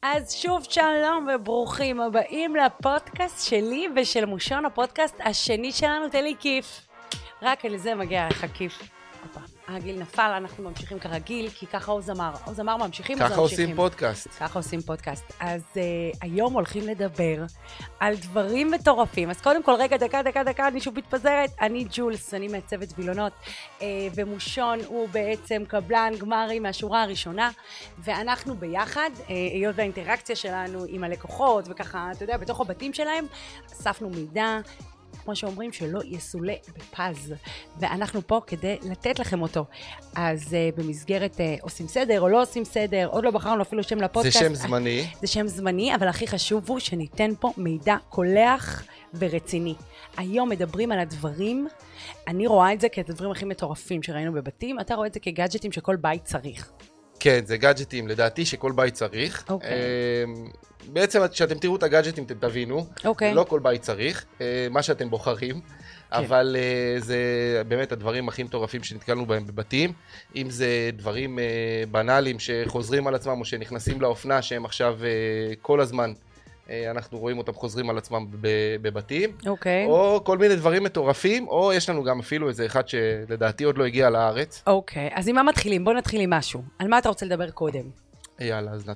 אז שוב שלום וברוכים הבאים לפודקאסט שלי ושל מושון, הפודקאסט השני שלנו, תן לי כיף. רק על זה מגיע לך כיף. הגיל נפל, אנחנו ממשיכים כרגיל, כי ככה עוז אמר ממשיכים. ככה עושים פודקאסט. ככה עושים פודקאסט. אז היום הולכים לדבר על דברים מטורפים. אז קודם כל, רגע, דקה, אני שוב מתפזרת. אני ג'ולס, אני מעצבת וילונות, ומושון הוא בעצם קבלן גמרי מהשורה הראשונה, ואנחנו ביחד, היות והאינטראקציה שלנו עם הלקוחות, וככה, אתה יודע, בתוך הבתים שלהם, אספנו מידע, כמו שאומרים, שלא יסולה בפז, ואנחנו פה כדי לתת לכם אותו. אז במסגרת עושים סדר או לא עושים סדר, עוד לא בחרנו אפילו שם לפודקאסט. זה שם זמני. זה שם זמני, אבל הכי חשוב הוא שניתן פה מידע קולח ורציני. היום מדברים על הדברים, אני רואה את זה כדברים הכי מטורפים שראינו בבתים, אתה רואה את זה כגאדג'טים שכל בית צריך. כן, זה גאדג'טים, לדעתי שכל בית צריך. בעצם כשאתם תראו את הגאדג'טים אתם תבינו, לא כל בית צריך, מה שאתם בוחרים, אבל זה באמת הדברים הכי מטורפים שנתקלנו בהם בבתים, אם זה דברים בנאליים שחוזרים על עצמם או שנכנסים לאופנה שהם עכשיו כל הזמן, אנחנו רואים אותם חוזרים על עצמם בבתים, או כל מיני דברים מטורפים, או יש לנו גם אפילו איזה אחד שלדעתי עוד לא הגיע לארץ. אוקיי, אז עם מה מתחילים? בוא נתחיל עם משהו. על מה אתה רוצה לדבר קודם? יאללה, אז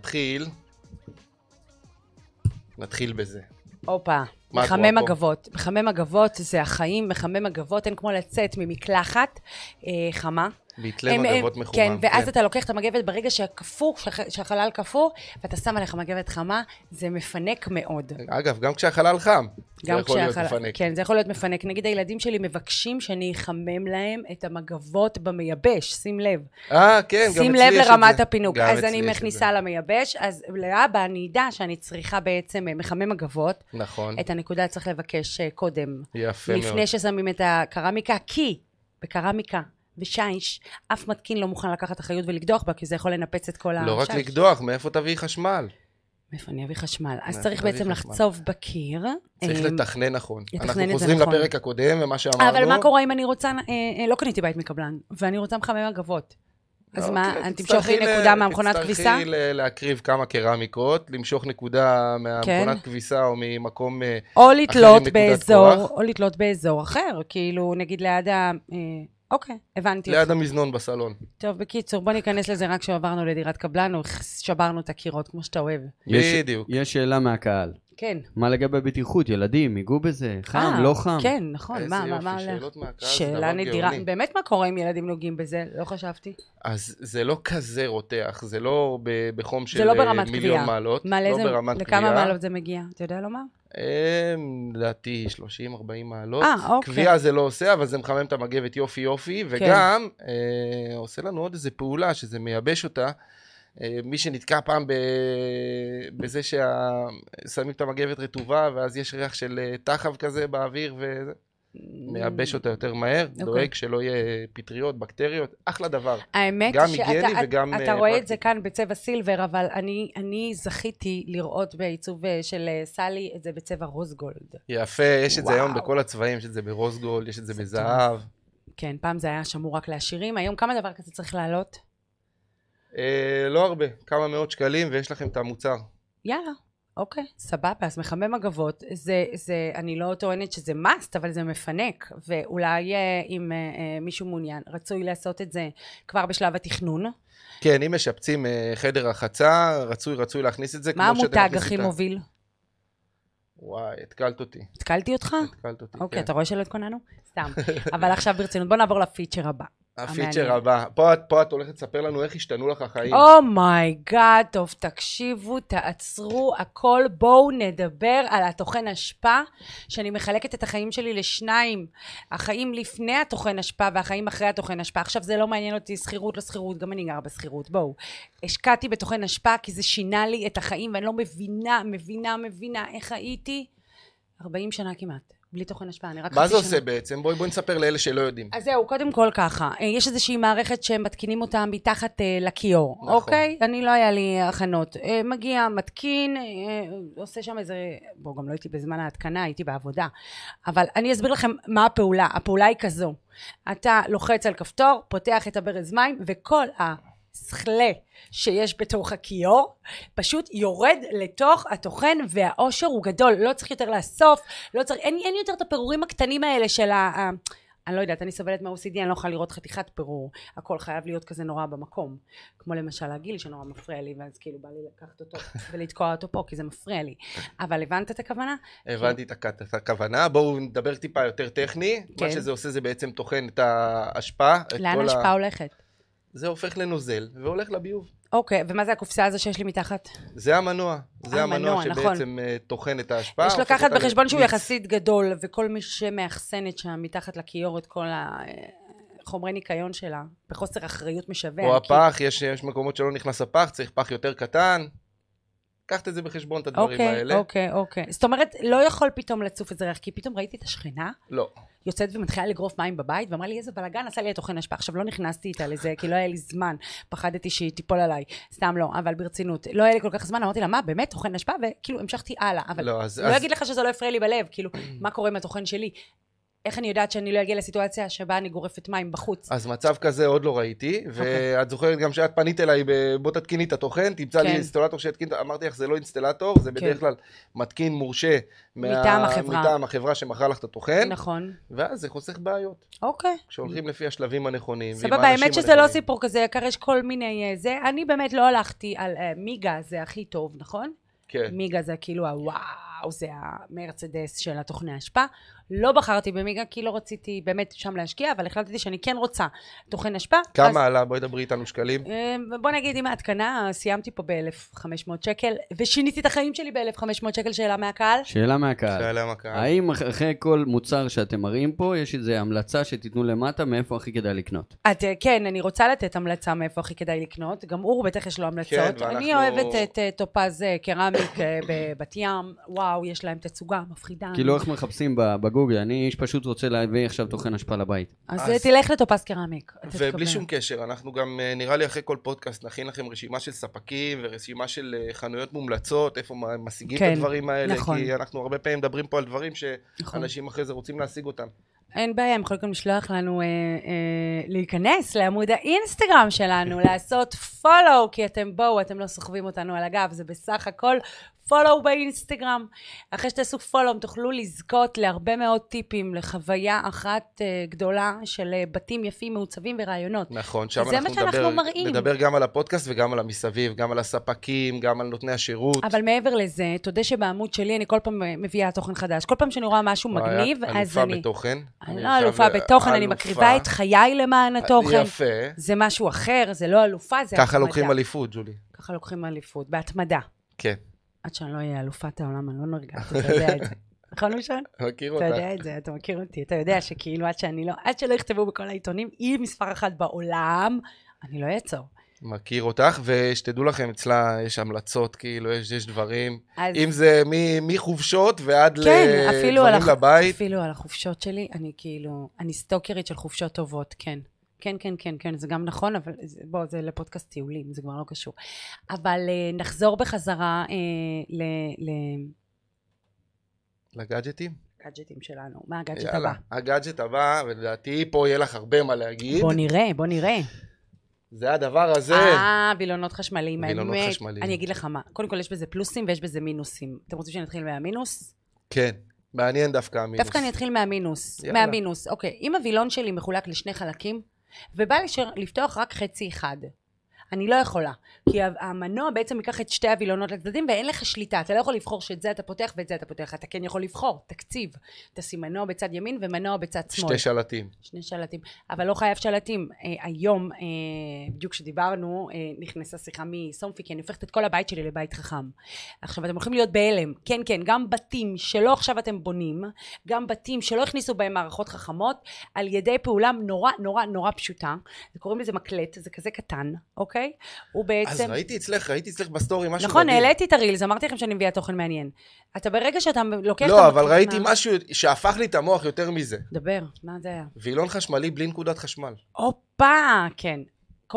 נתחיל בזה. אופה, מחמם אגבות. מחמם אגבות זה החיים, מחמם אגבות, אין כמו לצאת ממקלחת חמה. להתלם אגבות מחומם. כן, ואז אתה לוקח את המגבת ברגע שהחלל קפוא, ואתה שם עליך מגבת חמה, זה מפנק מאוד. אגב, גם כשהחלל חם, זה יכול להיות מפנק. כן, זה יכול להיות מפנק. נגיד, הילדים שלי מבקשים שאני אחמם להם את המגבות במייבש, שים לב. כן, גם אצלי יש את זה. שים לב לרמת הפינוק. אז אני מכניסה למייבש, אז לאבא אני אדע שאני צריכה בעצם מחמם אגבות. נכון. את הנקודה צריך לבקש קודם. יפה מאוד. לפני ששמים את הקרמיקה, כי בקרמיקה, ושיש, אף מתקין לא מוכן לקחת אחריות ולקדוח בה, כי זה יכול לנפץ את כל השיש. לא רק לקדוח, מאיפה תביא חשמל? מאיפה אני אביא חשמל? אז צריך בעצם לחצוב בקיר. צריך לתכנן נכון. אנחנו חוזרים לפרק הקודם, ומה שאמרנו. אבל מה קורה אם אני רוצה, לא קניתי בית מקבלן, ואני רוצה מחמם אגבות. אז מה, תמשוך לי נקודה מהמכונת כביסה? תצטרכי להקריב כמה קרמיקות, למשוך נקודה מהמכונת כביסה, או ממקום או לתלות באזור אחר, כאילו נגיד ליד אוקיי, הבנתי אותך. ליד המזנון בסלון. טוב, בקיצור, בוא ניכנס לזה רק כשעברנו לדירת קבלן, או שברנו את הקירות, כמו שאתה אוהב. בדיוק. יש שאלה מהקהל. כן. מה לגבי בטיחות? ילדים, ייגעו בזה? חם, לא חם? כן, נכון. איזה יופי, שאלות מהקהל, שאלה נדירה. באמת מה קורה אם ילדים נוגעים בזה? לא חשבתי. אז זה לא כזה רותח, זה לא בחום של מיליון מעלות. לא ברמת קביעה. לכמה מעלות זה מגיע? אתה יודע לומר? לדעתי 30-40 מעלות. קביעה זה לא עושה, אבל זה מחמם את המגבת יופי, וגם עושה לנו עוד איזה פעולה שזה מייבש אותה. מי שנתקע פעם בזה ששמים את המגבת רטובה, ואז יש ריח של תחב כזה באוויר, ומייבש אותה יותר מהר, דואג שלא יהיה פטריות, בקטריות, אחלה דבר. האמת שאתה רואה את זה כאן בצבע סילבר, אבל אני זכיתי לראות בעיצוב של סלי את זה בצבע רוזגולד. יפה, יש את זה היום בכל הצבעים, יש את זה ברוזגולד, יש את זה בזהב. כן, פעם זה היה שמור רק לעשירים, היום כמה דבר כזה צריך לעלות? לא הרבה, כמה מאות שקלים ויש לכם את המוצר. יאללה, אוקיי, סבבה, אז מחמם אגבות, אני לא טוענת שזה מאסט, אבל זה מפנק, ואולי אם מישהו מעוניין, רצוי לעשות את זה כבר בשלב התכנון. כן, אם משפצים חדר רחצה, רצוי להכניס את זה. מה המותג הכי מוביל? וואי, התקלת אותי. התקלתי אותך? התקלת אותי, אוקיי, אתה רואה שלא התכוננו? סתם. אבל עכשיו ברצינות, בוא נעבור לפיצ'ר הבא. הפיצ'ר הבא. פה את הולכת לספר לנו איך השתנו לך החיים. אומייגאד, טוב, תקשיבו, תעצרו הכל, בואו נדבר על התוכן השפעה, שאני מחלקת את החיים שלי לשניים, החיים לפני התוכן השפעה והחיים אחרי התוכן השפעה. עכשיו זה לא מעניין אותי שכירות לא שכירות, גם אני גר בשכירות, בואו. השקעתי בתוכן השפעה כי זה שינה לי את החיים, ואני לא מבינה איך הייתי 40 שנה כמעט. בלי תוכן השפעה, אני רק מה זה עושה בעצם? בואי נספר לאלה שלא יודעים. אז זהו, קודם כל ככה, יש איזושהי מערכת שהם מתקינים אותה מתחת לקיור, אוקיי? אני לא היה לי הכנות. מגיע, מתקין, עושה שם איזה, בואו, גם לא הייתי בזמן ההתקנה, הייתי בעבודה. אבל אני אסביר לכם מה הפעולה. הפעולה היא כזו. אתה לוחץ על כפתור, פותח את הברז מים, וכל סכלה שיש בתוך הכיור, פשוט יורד לתוך התוכן, והאושר הוא גדול, לא צריך יותר לאסוף, אין יותר את הפירורים הקטנים האלה של אני לא יודעת, אני סובלת מה-OCD, אני לא יכולה לראות חתיכת פירור, הכל חייב להיות כזה נורא במקום, כמו למשל הגיל שנורא מפריע לי, ואז כאילו בא לי לקחת אותו ולתקוע אותו פה, כי זה מפריע לי. אבל הבנת את הכוונה? הבנתי את הכוונה, בואו נדבר טיפה יותר טכני, מה שזה עושה זה בעצם טוחן את ההשפעה. לאן ההשפעה הולכת? זה הופך לנוזל והולך לביוב. אוקיי, ומה זה הקופסה הזו שיש לי מתחת? זה המנוע, זה המנוע שבעצם טוחן את ההשפעה. יש לקחת בחשבון שהוא יחסית גדול, וכל מי שמאחסנת שם מתחת לכיור את כל החומרי ניקיון שלה, בחוסר אחריות משווה. או הפח, יש מקומות שלא נכנס הפח, צריך פח יותר קטן. קחת את זה בחשבון, את הדברים האלה. אוקיי. זאת אומרת, לא יכול פתאום לצוף את זה ריח, כי פתאום ראיתי את השכנה. לא. יוצאת ומתחילה לגרוף מים בבית, ואמרה לי איזה בלגן, עשה לי את תוכן השפעה. עכשיו לא נכנסתי איתה לזה, כי לא היה לי זמן, פחדתי שהיא תיפול עליי, סתם לא, אבל ברצינות, לא היה לי כל כך זמן, אמרתי לה, מה, באמת, תוכן השפעה? וכאילו המשכתי הלאה, אבל לא אגיד לך שזה לא הפריע לי בלב, כאילו, מה קורה עם התוכן שלי? איך אני יודעת שאני לא אגיע לסיטואציה שבה אני גורפת מים בחוץ? אז מצב כזה עוד לא ראיתי, ואת זוכרת גם שאת פנית אליי, בוא תתקיני את התוכן, תמצא לי אינסטלטור שיתקין, אמרתי לך, זה לא אינסטלטור, זה בדרך כלל מתקין מורשה מטעם החברה שמכרה לך את התוכן, נכון. ואז זה חוסך בעיות. אוקיי. כשהולכים לפי השלבים הנכונים. סבבה, האמת שזה לא סיפור כזה, יקר יש כל מיני זה, אני באמת לא הלכתי על מיגה, זה הכי טוב, נכון? כן. מיגה זה כאילו הוואו, זה המרצדס של התוכני השפעה. לא בחרתי במיגה כי לא רציתי באמת שם להשקיע, אבל החלטתי שאני כן רוצה תוכן השפעה. כמה עלה? בואי דברי איתנו שקלים. בוא נגיד עם ההתקנה, סיימתי פה ב-1,500 שקל, ושיניתי את החיים שלי ב-1,500 שקל. שאלה מהקהל? שאלה מהקהל. האם אחרי כל מוצר שאתם מראים פה, יש איזו המלצה שתיתנו למטה, מאיפה הכי כדאי לקנות? כן, אני רוצה לתת המלצה מאיפה הכי כדאי לקנות. גם אור בטח יש לו המלצות. אני אוהבת את טופז קרמיק בבת ים. וואו, יש להם תצוגה מפחידה. כאילו איך מחפשים בגוגל, אני פשוט רוצה להביא עכשיו תוכן השפעה לבית. אז תלך לטופס קרמיק. ובלי שום קשר, אנחנו גם נראה לי אחרי כל פודקאסט נכין לכם רשימה של ספקים ורשימה של חנויות מומלצות, איפה משיגים את הדברים האלה, כי אנחנו הרבה פעמים מדברים פה על דברים שאנשים אחרי זה רוצים להשיג אותם. אין בעיה, הם יכולים גם לשלוח לנו להיכנס לעמוד האינסטגרם שלנו, לעשות פולו, כי אתם אתם לא סוחבים אותנו על הגב, זה בסך הכל פולו באינסטגרם. אחרי שתעשו פולו, תוכלו לזכות להרבה מאוד טיפים, לחוויה אחת גדולה של בתים יפים, מעוצבים ורעיונות. נכון, שם אנחנו נדבר גם על הפודקאסט וגם על המסביב, גם על הספקים, גם על נותני השירות. אבל מעבר לזה, תודה שבעמוד שלי אני כל פעם מביאה תוכן חדש. כל פעם שאני רואה משהו מגניב, אז אני... אלופה בתוכן. אני לא אלופה בתוכן, אני מקריבה את חיי למען התוכן. יפה. זה משהו אחר, זה לא אלופה, זה התמדה. ככה לוקחים אליפות, ג'ולי. ככה לוקחים אליפות, בהתמדה. כן. עד שאני לא אהיה אלופת העולם, אני לא נרגעת, אתה יודע את זה. נכון משון? מכיר אותך. אתה יודע את זה, אתה מכיר אותי, אתה יודע שכאילו עד שלא יכתבו בכל העיתונים, היא מספר אחת בעולם, אני לא אעצור. מכיר אותך, ושתדעו לכם, אצלה יש המלצות, כאילו, יש דברים, אם זה מחופשות ועד לדברים לבית. אפילו על החופשות שלי, אני כאילו, אני סטוקרית של חופשות טובות, כן. כן, זה גם נכון, אבל בוא, זה לפודקאסט טיולים, זה כבר לא קשור. אבל נחזור בחזרה לגאדג'טים? הגאדג'טים שלנו. מה הגאדג'ט הבא? הגאדג'ט הבא, ולדעתי פה יהיה לך הרבה מה להגיד. בוא נראה. זה הדבר הזה. וילונות חשמליים. וילונות חשמליים. אני אגיד לך מה, קודם כל יש בזה פלוסים ויש בזה מינוסים. אתם רוצים שנתחיל מהמינוס? כן, מעניין דווקא המינוס. דווקא אני אתחיל מהמינוס. אוקיי, אם הווילון שלי מחולק לשני חלקים, ובא לי לפתוח רק חצי אחד. אני לא יכולה, כי המנוע בעצם ייקח את שתי הווילונות לצדדים, ואין לך שליטה, אתה לא יכול לבחור שאת זה אתה פותח ואת זה אתה פותח, אתה כן יכול לבחור, תקציב, תשים מנוע בצד ימין ומנוע בצד שמאל. שני שלטים, אבל לא חייב שלטים. היום, בדיוק שדיברנו, נכנסה שיחה מסומפי, כי אני הופכת את כל הבית שלי לבית חכם. עכשיו אתם הולכים להיות בהלם, כן, גם בתים שלא עכשיו אתם בונים, גם בתים שלא הכניסו בהם מערכות חכמות, על ידי פעולה נורא פשוטה, זה קוראים לזה מקלט, זה כזה קטן, אוקיי? הוא בעצם... אז ראיתי אצלך בסטורי משהו... נכון, העליתי את הרילס, אמרתי לכם שאני מביאה תוכן מעניין. אתה ברגע שאתה לוקח... לא, אבל ראיתי משהו שהפך לי את המוח יותר מזה. דבר, מה זה היה? וילון חשמלי בלי נקודת חשמל. אופה, כן. קורה.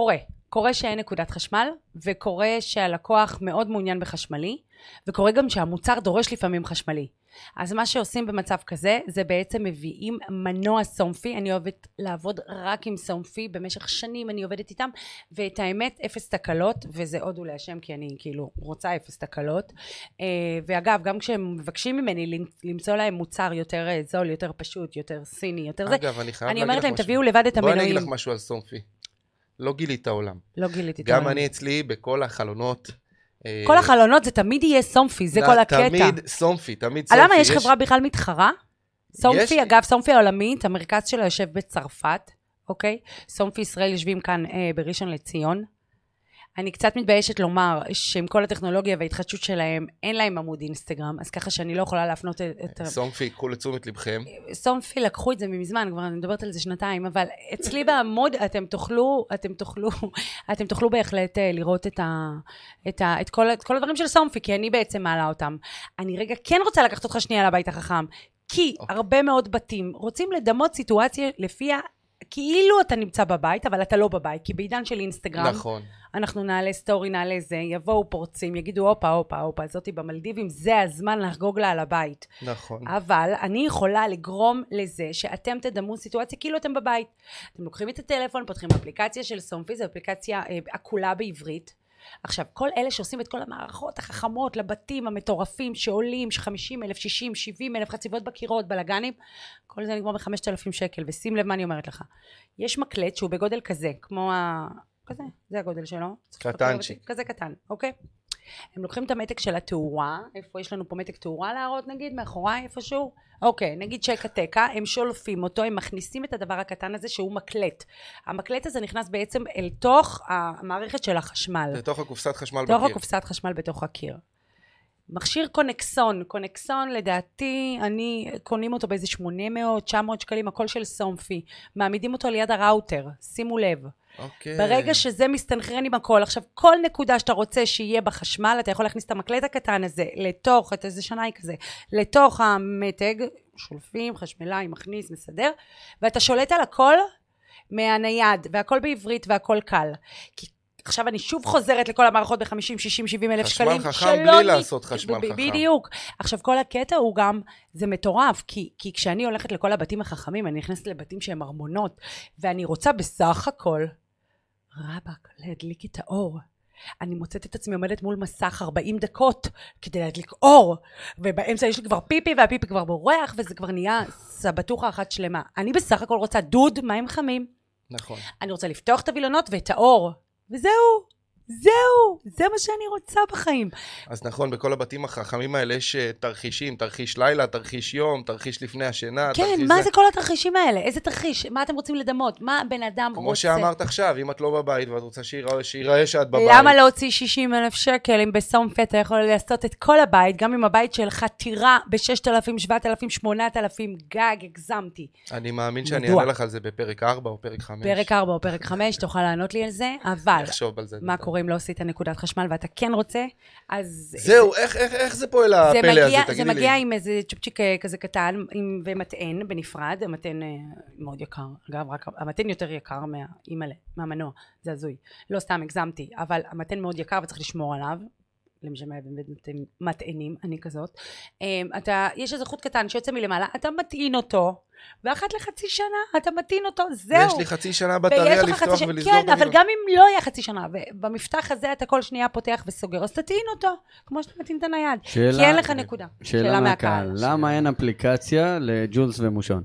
קורה שאין נקודת חשמל, וקורה שהלקוח מאוד מעוניין בחשמלי, וקורה גם שהמוצר דורש לפעמים חשמלי. אז מה שעושים במצב כזה, זה בעצם מביאים מנוע סומפי, אני אוהבת לעבוד רק עם סומפי, במשך שנים אני עובדת איתם, ואת האמת, 0 תקלות, וזה עוד אולי השם, כי אני כאילו רוצה 0 תקלות, ואגב, גם כשהם מבקשים ממני למצוא להם מוצר יותר זול, יותר פשוט, יותר סיני, יותר זה, אני אומרת להם, תביאו לבד את המנועים. בואי אני אגיד לך משהו על סומפי. לא גיליתי את העולם. לא גיליתי את העולם. גם אני אצלי, בכל החלונות, כל החלונות זה תמיד יהיה סומפי, זה כל הקטע. תמיד סומפי, תמיד סומפי. למה יש חברה בכלל מתחרה? סומפי, אגב, סומפי העולמית, המרכז שלה יושב בצרפת, אוקיי? סומפי ישראל יושבים כאן בראשון לציון. אני קצת מתביישת לומר שעם כל הטכנולוגיה וההתחדשות שלהם, אין להם עמוד אינסטגרם, אז ככה שאני לא יכולה להפנות את... סומפי, קחו לתשומת לבכם. סומפי, לקחו את זה מזמן, כבר אני מדברת על זה שנתיים, אבל אצלי בעמוד אתם תוכלו בהחלט לראות את כל הדברים של סומפי, כי אני בעצם מעלה אותם. אני רגע כן רוצה לקחת אותך שנייה לבית החכם, כי הרבה מאוד בתים רוצים לדמות סיטואציה לפיה כאילו אתה נמצא בבית, אבל אתה לא בבית, כי בעידן של אינסטגרם, נכון. אנחנו נעלה סטורי, נעלה זה, יבואו פורצים, יגידו, הופה, זאתי במלדיבים, זה הזמן לחגוג לה על הבית. נכון. אבל אני יכולה לגרום לזה שאתם תדמו סיטואציה כאילו אתם בבית. אתם לוקחים את הטלפון, פותחים אפליקציה של סומפי, זו אפליקציה עקולה בעברית. עכשיו, כל אלה שעושים את כל המערכות החכמות לבתים המטורפים שעולים 50,000, 60,000, 70,000 חציבות בקירות, בלגנים, כל זה נגמר ב5,000 שקל, ושים לב מה אני אומרת לך. יש מקלט שהוא בגודל כזה, כמו כזה, זה הגודל שלו. קטנצ'י. כזה קטן, אוקיי? הם לוקחים את המתק של התאורה, איפה יש לנו פה מתק תאורה להראות נגיד, מאחוריי איפשהו? אוקיי, נגיד שקטקה, הם שולפים אותו, הם מכניסים את הדבר הקטן הזה שהוא מקלט. המקלט הזה נכנס בעצם אל תוך המערכת של החשמל. לתוך הקופסת חשמל בקיר. לתוך הקופסת חשמל בתוך הקיר. מכשיר קונקסון לדעתי, קונים אותו באיזה 800, 900 שקלים, הכל של סומפי. מעמידים אותו ליד הראוטר, שימו לב. אוקיי. ברגע שזה מסתנכרן עם הכל, עכשיו כל נקודה שאתה רוצה שיהיה בחשמל, אתה יכול להכניס את המקלט הקטן הזה, לתוך, את איזה שנאי כזה, לתוך המתג, שולפים, חשמלאי, מכניס, מסדר, ואתה שולט על הכל מהנייד, והכל בעברית והכל קל. כי עכשיו אני שוב חוזרת לכל המערכות ב-50, 60, 70 אלף שקלים. חשמל חכם בלי לעשות חשמל חכם. בדיוק. עכשיו כל הקטע הוא גם, זה מטורף, כי כשאני הולכת לכל הבתים החכמים, אני נכנסת לבתים שהם ארמונות, ואני רוצה בסך הכל, רבק, להדליק את האור. אני מוצאת את עצמי עומדת מול מסך 40 דקות כדי להדליק אור, ובאמצע יש לי כבר פיפי, והפיפי כבר בורח, וזה כבר נהיה סבתוכה אחת שלמה. אני בסך הכל רוצה דוד, מים חמים. נכון. אני רוצה לפתוח את הווילונות ואת האור, וזהו, זה מה שאני רוצה בחיים. אז נכון, בכל הבתים החכמים האלה יש תרחישים, תרחיש לילה, תרחיש יום, תרחיש לפני השינה. כן, מה זה כל התרחישים האלה? איזה תרחיש? מה אתם רוצים לדמות? מה בן אדם רוצה? כמו שאמרת עכשיו, אם את לא בבית ואת רוצה שיראה שאת בבית. למה להוציא 60,000 שקל אם בסומפי אתה יכול לעשות את כל הבית, גם אם הבית שלך תירה ב6,000, 7,000, 8,000 גג, הגזמתי. אני מאמין שאני אענה לך על זה בפרק 4 או פרק 5. פרק 4 או פרק 5, תוכל לענות לי על זה, אבל מה קורה אם לא עשית נקודת חשמל ואתה כן רוצה, אז... זהו, איך זה פועל הפלא הזה, תגידי לי. זה מגיע עם איזה צ'ופצ'יק כזה קטן, ומטען בנפרד, המטען מאוד יקר, אגב, רק המטען יותר יקר מהמנוע, זה הזוי. לא סתם הגזמתי, אבל המטען מאוד יקר וצריך לשמור עליו, למשמע מטענים, אני כזאת. יש איזה חוט קטן שיוצא מלמעלה, אתה מטעין אותו, ואחת לחצי שנה אתה מטעין אותו, זהו. יש לי חצי שנה בטריה לפתוח ולסגור. כן, אבל גם אם לא יהיה חצי שנה, ובמפתח הזה אתה כל שנייה פותח וסוגר, אז תטעין אותו, כמו שאתה מטעין את הנייד. כי אין לך נקודה. שאלה מהקהל. למה אין אפליקציה לג'ולס ומושון?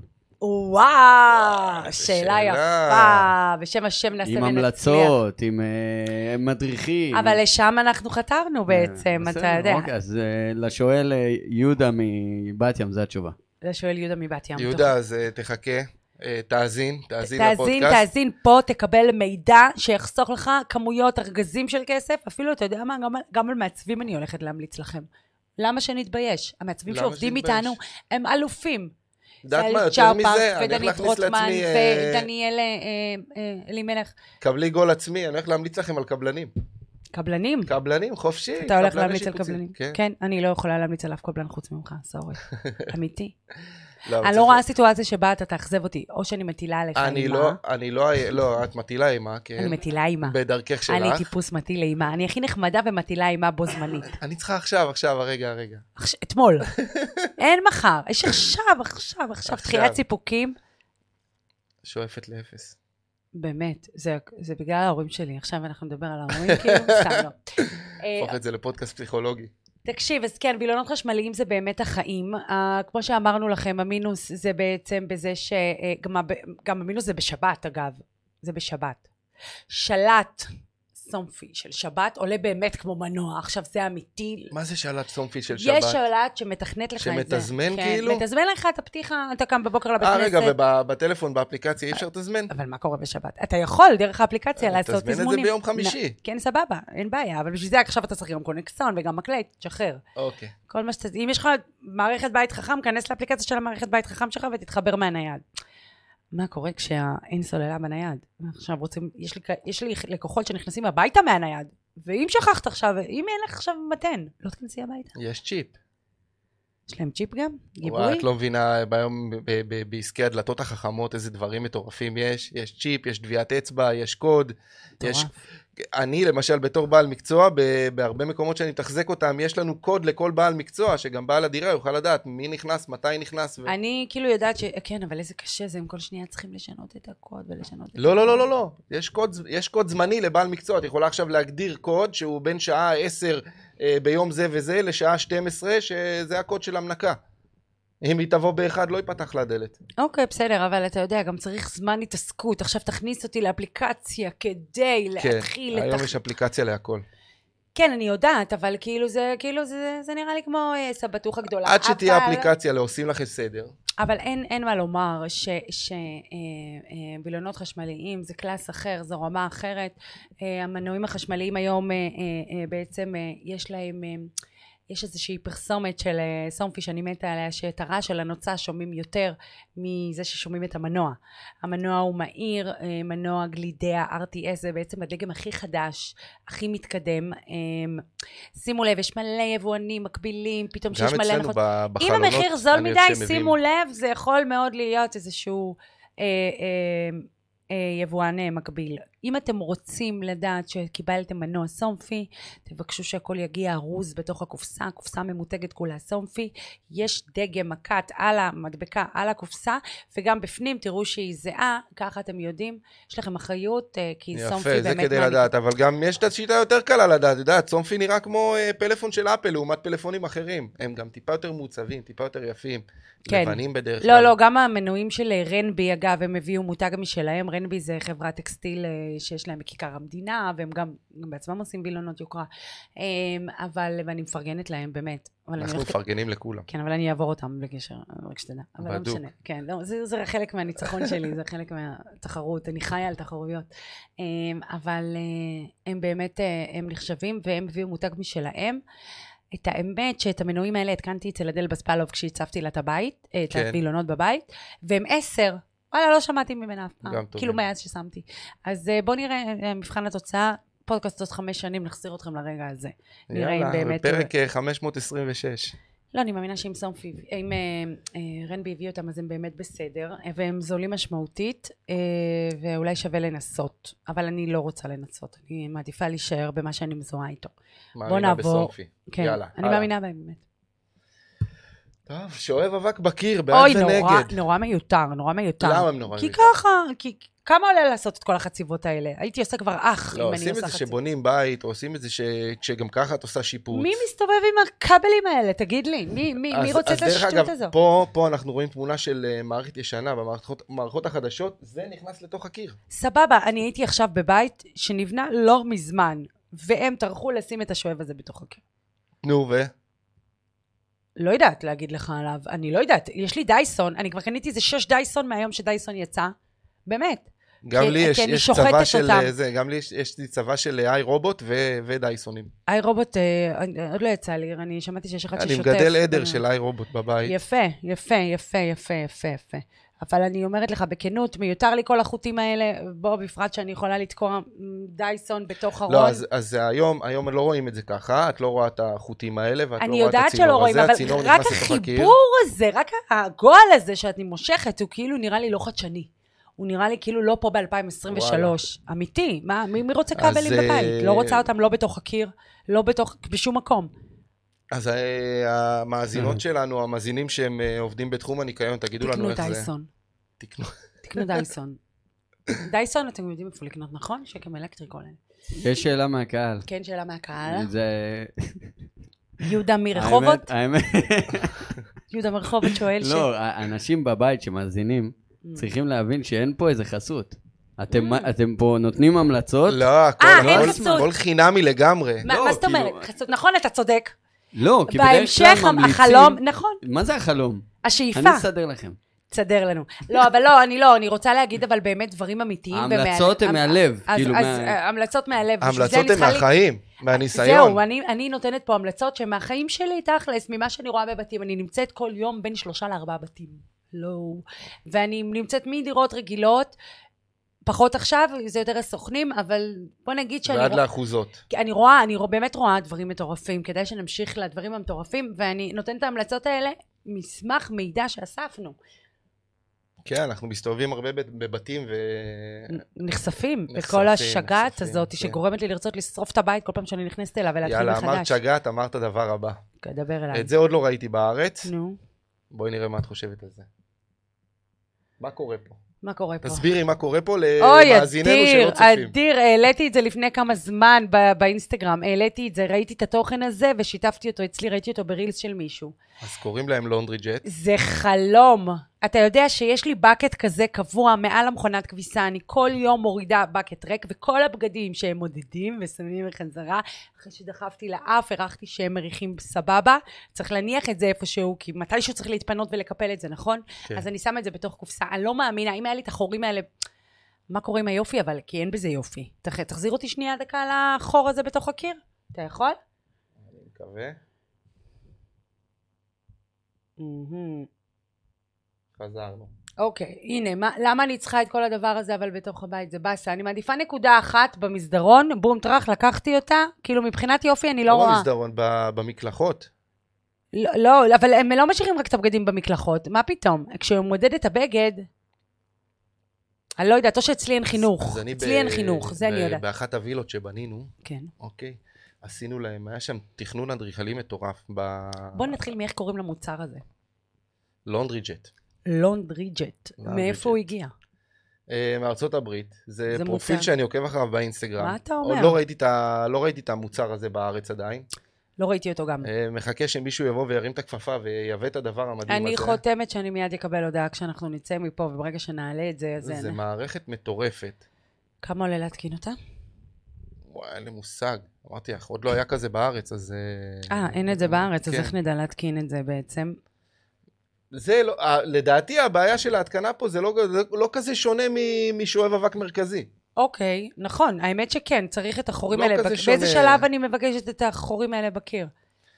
וואו, שאלה יפה, בשם השם נעשה עם המלצות, עם מדריכים. אבל לשם אנחנו חתרנו בעצם, אתה יודע. אוקיי, אז לשואל יהודה מבת ים, זו התשובה. לשואל יהודה מבת ים. יהודה, אז תחכה, תאזין לפודקאסט. תאזין פה, תקבל מידע שיחסוך לך כמויות ארגזים של כסף, אפילו אתה יודע מה, גם על מעצבים אני הולכת להמליץ לכם. למה שנתבייש? המעצבים שעובדים איתנו הם אלופים. יודעת מה, יותר מזה, אני הולך להכניס לעצמי... ודניאל אלימלך. קבלי גול עצמי, אני הולך להמליץ לכם על קבלנים. קבלנים? קבלנים, חופשי. אתה הולך להמליץ על קבלנים? כן, אני לא יכולה להמליץ על אף קבלן חוץ ממך, סורי. אמיתי. אני לא רואה סיטואציה שבה אתה תאכזב אותי, או שאני מטילה עליך אימה. לא, את מטילה אימה, כן. אני מטילה אימה. בדרכך שלך. אני טיפוס מטיל אימה. אני הכי נחמדה ומטילה אימה בו זמנית. אני צריכה עכשיו, הרגע. אתמול. אין מחר. יש עכשיו. תחילת סיפוקים. שואפת לאפס. באמת, זה בגלל ההורים שלי. עכשיו אנחנו נדבר על ההורים, כאילו, סתם לא. הופך את זה לפודקאסט פסיכולוגי. תקשיב, אז כן, וילונות חשמליים זה באמת החיים. כמו שאמרנו לכם, המינוס זה בעצם בזה גם המינוס זה בשבת, אגב. זה בשבת. שלט סומפי של שבת עולה באמת כמו מנוע. עכשיו זה אמיתי. מה זה שלט סומפי של שבת? יש שלט שמתכנת לך את זה. שמתזמן כאילו? כן, מתזמן לך את הפתיחה, אתה קם בבוקר לבית כנסת. רגע, ובטלפון, באפליקציה אי אפשר לתזמן? אבל מה קורה בשבת? אתה יכול דרך האפליקציה לעשות תזמונים. תזמן את זה ביום חמישי. כן, סבבה, אין בעיה, אבל בשביל זה עכשיו אתה צריך גם קונקסון וגם מקלט, תשחרר. אוקיי. כל מה שאתה, אם יש לך מערכת בית חכם, כנס לאפליקציה של המערכת בית חכם שלך ותתחבר מהנייד. מה קורה כשאין סוללה בנייד? עכשיו רוצים, יש לי לקוחות שנכנסים הביתה מהנייד, ואם שכחת עכשיו, אם אין לך עכשיו מתן, לא תכנסי הביתה. יש צ'יפ. יש להם צ'יפ גם? גיבוי? את לא מבינה ביום בעסקי הדלתות החכמות איזה דברים מטורפים יש. יש צ'יפ, יש דביעת אצבע, יש קוד. אני למשל בתור בעל מקצוע, בהרבה מקומות שאני מתחזק אותם, יש לנו קוד לכל בעל מקצוע, שגם בעל הדירה יוכל לדעת מי נכנס, מתי נכנס. אני כאילו יודעת כן, אבל איזה קשה זה, אם כל שנייה צריכים לשנות את הקוד ולשנות את לא, לא, לא, לא. יש קוד זמני לבעל מקצוע. את יכולה עכשיו להגדיר קוד שהוא בין שעה 10 ביום זה וזה לשעה 12, שזה הקוד של המנקה. אם היא תבוא באחד, לא ייפתח לה דלת. אוקיי, בסדר, אבל אתה יודע, גם צריך זמן התעסקות. עכשיו תכניס אותי לאפליקציה כדי להתחיל... כן, היום יש אפליקציה להכל. כן, אני יודעת, אבל כאילו זה נראה לי כמו סבתוך הגדולה. עד שתהיה אפליקציה, לא עושים לך סדר. אבל אין מה לומר שבילונות חשמליים זה קלאס אחר, זו רמה אחרת. המנועים החשמליים היום בעצם יש להם... יש איזושהי פרסומת של סומפי שאני מתה עליה, שאת הרעש של הנוצה שומעים יותר מזה ששומעים את המנוע. המנוע הוא מהיר, מנוע גלידיה RTS, זה בעצם הדגם הכי חדש, הכי מתקדם. שימו לב, יש מלא יבואנים מקבילים, פתאום שיש מלא... גם אצלנו בחלונות, אם המחיר זול מדי, שימו לב, זה יכול מאוד להיות איזשהו... יבואן מקביל. אם אתם רוצים לדעת שקיבלתם מנוע סומפי, תבקשו שהכל יגיע ארוז בתוך הקופסה, הקופסה ממותגת כולה סומפי, יש דגם מקט על המדבקה, על הקופסה, וגם בפנים תראו שהיא זהה, ככה אתם יודעים, יש לכם אחריות, כי סומפי באמת... יפה, זה כדי לדעת, אבל גם יש את השיטה יותר קלה לדעת, יודעת, סומפי נראה כמו פלאפון של אפל, לעומת פלאפונים אחרים, הם גם טיפה יותר מעוצבים, טיפה יותר יפים, לבנים בדרך כלל. לא, גם המנועים של רנבי, אגב, הם הביאו מותג משלהם, רנבי זה חברת טקסטיל שיש להם בכיכר המדינה, והם גם בעצמם עושים וילונות יוקרה, ואני מפרגנת להם, באמת. אנחנו מפרגנים לכולם. כן, אבל אני אעבור אותם בקשר, רק שתדע. אבל לא משנה. כן, זה חלק מהניצחון שלי, זה חלק מהתחרות, אני חיה על תחרויות. אבל הם באמת, הם נחשבים, והם הביאו מותג משלהם. את האמת שאת המנועים האלה התקנתי אצל אדל בספלוב כשהצבתי לה את הבית, את הווילונות בבית, והם 10, וואלה, לא שמעתי ממנה אף פעם, כאילו מאז ששמתי. אז בואו נראה, מבחן התוצאה, פודקאסט עוד 5 שנים, נחזיר אתכם לרגע הזה. יאללה, פרק 526. לא, אני מאמינה שאם סומפי, אם רנבי הביא אותם, אז הם באמת בסדר, והם זולים משמעותית, ואולי שווה לנסות, אבל אני לא רוצה לנסות, אני מעדיפה להישאר במה שאני מזוהה איתו. מאמינה בסומפי. כן, יאללה, אני מאמינה בהם באמת. טוב, שאוהב אבק בקיר, בעד ונגד. אוי, נורא מיותר, נורא מיותר. למה הם נורא מיותר? כי ככה, כמה עולה לעשות את כל החציבות האלה? הייתי עושה כבר אח, אם אני עושה חציבות. לא, עושים את זה שבונים בית, או עושים את זה שגם ככה את עושה שיפוץ. מי מסתובב עם הכבלים האלה? תגיד לי, מי רוצה את השטות הזו? פה אנחנו רואים תמונה של מערכת ישנה, במערכות החדשות, זה נכנס לתוך הקיר. סבבה, אני הייתי עכשיו בבית שנבנה לא מזמן, והם טרחו לשים את השואב הזה בתוך הקיר. נו, לא יודעת להגיד לך עליו, אני לא יודעת, יש לי דייסון, אני כבר קניתי איזה 6 דייסון מהיום שדייסון יצא, באמת. גם לי יש צבא של זה, גם לי יש צבא של איי רובוט ודייסונים. איי רובוט, עוד לא יצא לי, אני שמעתי שיש אחד ששוטף. אני מגדל עדר של איי רובוט בבית. יפה. אבל אני אומרת לך בכנות, מיותר לי כל החוטים האלה, בוא בפרט שאני יכולה לתקוע דייסון בתוך הרון. לא, אז היום לא רואים את זה ככה, את לא רואה את החוטים האלה, ואת לא רואה את אני יודעת שלא רואים, אבל רק החיבור הזה, רק הגועל הזה שאת מושכת, הוא כאילו נראה לי לא חדשני. הוא נראה לי כאילו לא פה ב-2023. אמיתי, מי רוצה כבלים בבית? לא רוצה אותם לא בתוך הקיר, לא בשום מקום. אז המאזינות שלנו, המאזינים שהם עובדים בתחום הניקיון, תגידו לנו איך זה. תקנו דייסון. דייסון, אתם יודעים איפה לקנות, נכון? שקם אלקטריק עולה. יש שאלה מהקהל. כן, שאלה מהקהל. זה... יהודה מרחובות? יהודה מרחובות שואל ש... לא, האנשים בבית שמאזינים, צריכים להבין שאין פה איזה חסות. אתם פה נותנים המלצות? לא, הכל חינמי לגמרי. מה זאת אומרת? חסות, נכון, אתה צודק. לא, כי בדרך כלל ממליצים... החלום, נכון. מה זה החלום? השאיפה. אני אסדר לכם. תסדר לנו. לא, אבל לא, אני רוצה להגיד אבל באמת דברים אמיתיים. ההמלצות הן מהלב. אז המלצות מהלב. ההמלצות הן מהחיים, מהניסיון. זהו, אני נותנת פה המלצות שהן מהחיים שלי, תכלס, ממה שאני רואה בבתים. אני נמצאת כל יום בין 3-4 בתים. לא. ואני נמצאת מדירות רגילות, פחות עכשיו, זה יותר הסוכנים, אבל בוא נגיד שאני... ועד לאחוזות. אני באמת רואה דברים מטורפים, כדאי שנמשיך לדברים המטורפים, ואני נותנת את ההמלצות האלה, מסמך מידע שאספנו. כן, אנחנו מסתובבים הרבה בבתים ו... נחשפים בכל השגעת הזאת, שגורמת לי לרצות לשרוף את הבית כל פעם שאני נכנסת אליו ולהתחיל מחדש. יאללה, אמרת שגעת, אמרת הדבר הבא. דבר אליי. את זה עוד לא ראיתי בארץ. נו. בואי נראה מה את חושבת על זה. מה קורה פה? מה קורה פה? תסבירי מה קורה פה למאזיננו שלא צופים. אוי, אדיר, העליתי את זה לפני כמה זמן באינסטגרם, העליתי את זה, ראיתי את התוכן הזה ושיתפתי אותו אצלי, ראיתי אותו ברילס של מישהו. אז קוראים להם לונדרי ג'ט. זה חלום. אתה יודע שיש לי בקט כזה קבוע מעל המכונת כביסה, אני כל יום מורידה בקט ריק, וכל הבגדים שהם מודדים ושמים בחזרה, אחרי שדחפתי לאף, הרחתי שהם מריחים סבבה, צריך להניח את זה איפשהו, כי מתישהו צריך להתפנות ולקפל את זה, נכון? כן. אז אני שמה את זה בתוך קופסה, אני לא מאמינה, אם היה לי את החורים האלה, מה קורה עם היופי? אבל כי אין בזה יופי. תחזיר אותי שנייה דקה על החור הזה בתוך הקיר? אתה יכול? אני מקווה. חזרנו. אוקיי, הנה, למה אני צריכה את כל הדבר הזה אבל בתוך הבית? זה בסה. אני מעדיפה נקודה אחת במסדרון, בום טרח, לקחתי אותה, כאילו מבחינת יופי אני לא רואה. לא במסדרון, במקלחות. לא, אבל הם לא משאירים רק את הבגדים במקלחות, מה פתאום? כשהוא מודד את הבגד, אני לא יודעת, או שאצלי אין חינוך. אצלי אין חינוך, זה אני יודעת. באחת הווילות שבנינו, כן. אוקיי, עשינו להם, היה שם תכנון אדריכלי מטורף. בוא נתחיל מאיך קוראים למוצר הזה. לונדרי ג'ט. לונדרי ג'ט. מאיפה הוא הגיע? מארצות הברית. זה פרופיל שאני עוקב אחריו באינסטגרם. מה אתה אומר? עוד לא ראיתי את המוצר הזה בארץ עדיין. לא ראיתי אותו גם. מחכה שמישהו יבוא וירים את הכפפה ויבא את הדבר המדהים הזה. אני חותמת שאני מיד אקבל הודעה כשאנחנו נצא מפה, וברגע שנעלה את זה, זה מערכת מטורפת. כמה עולה להתקין אותה? וואי, אין לי מושג. אמרתי לך, עוד לא היה כזה בארץ, אז... אין את זה בארץ, אז איך נדע להתקין את זה בעצם? זה לא, לדעתי הבעיה של ההתקנה פה זה לא כזה שונה משואב אבק מרכזי. אוקיי, נכון, האמת שכן, צריך את החורים האלה. באיזה שלב אני מבקשת את החורים האלה בקיר?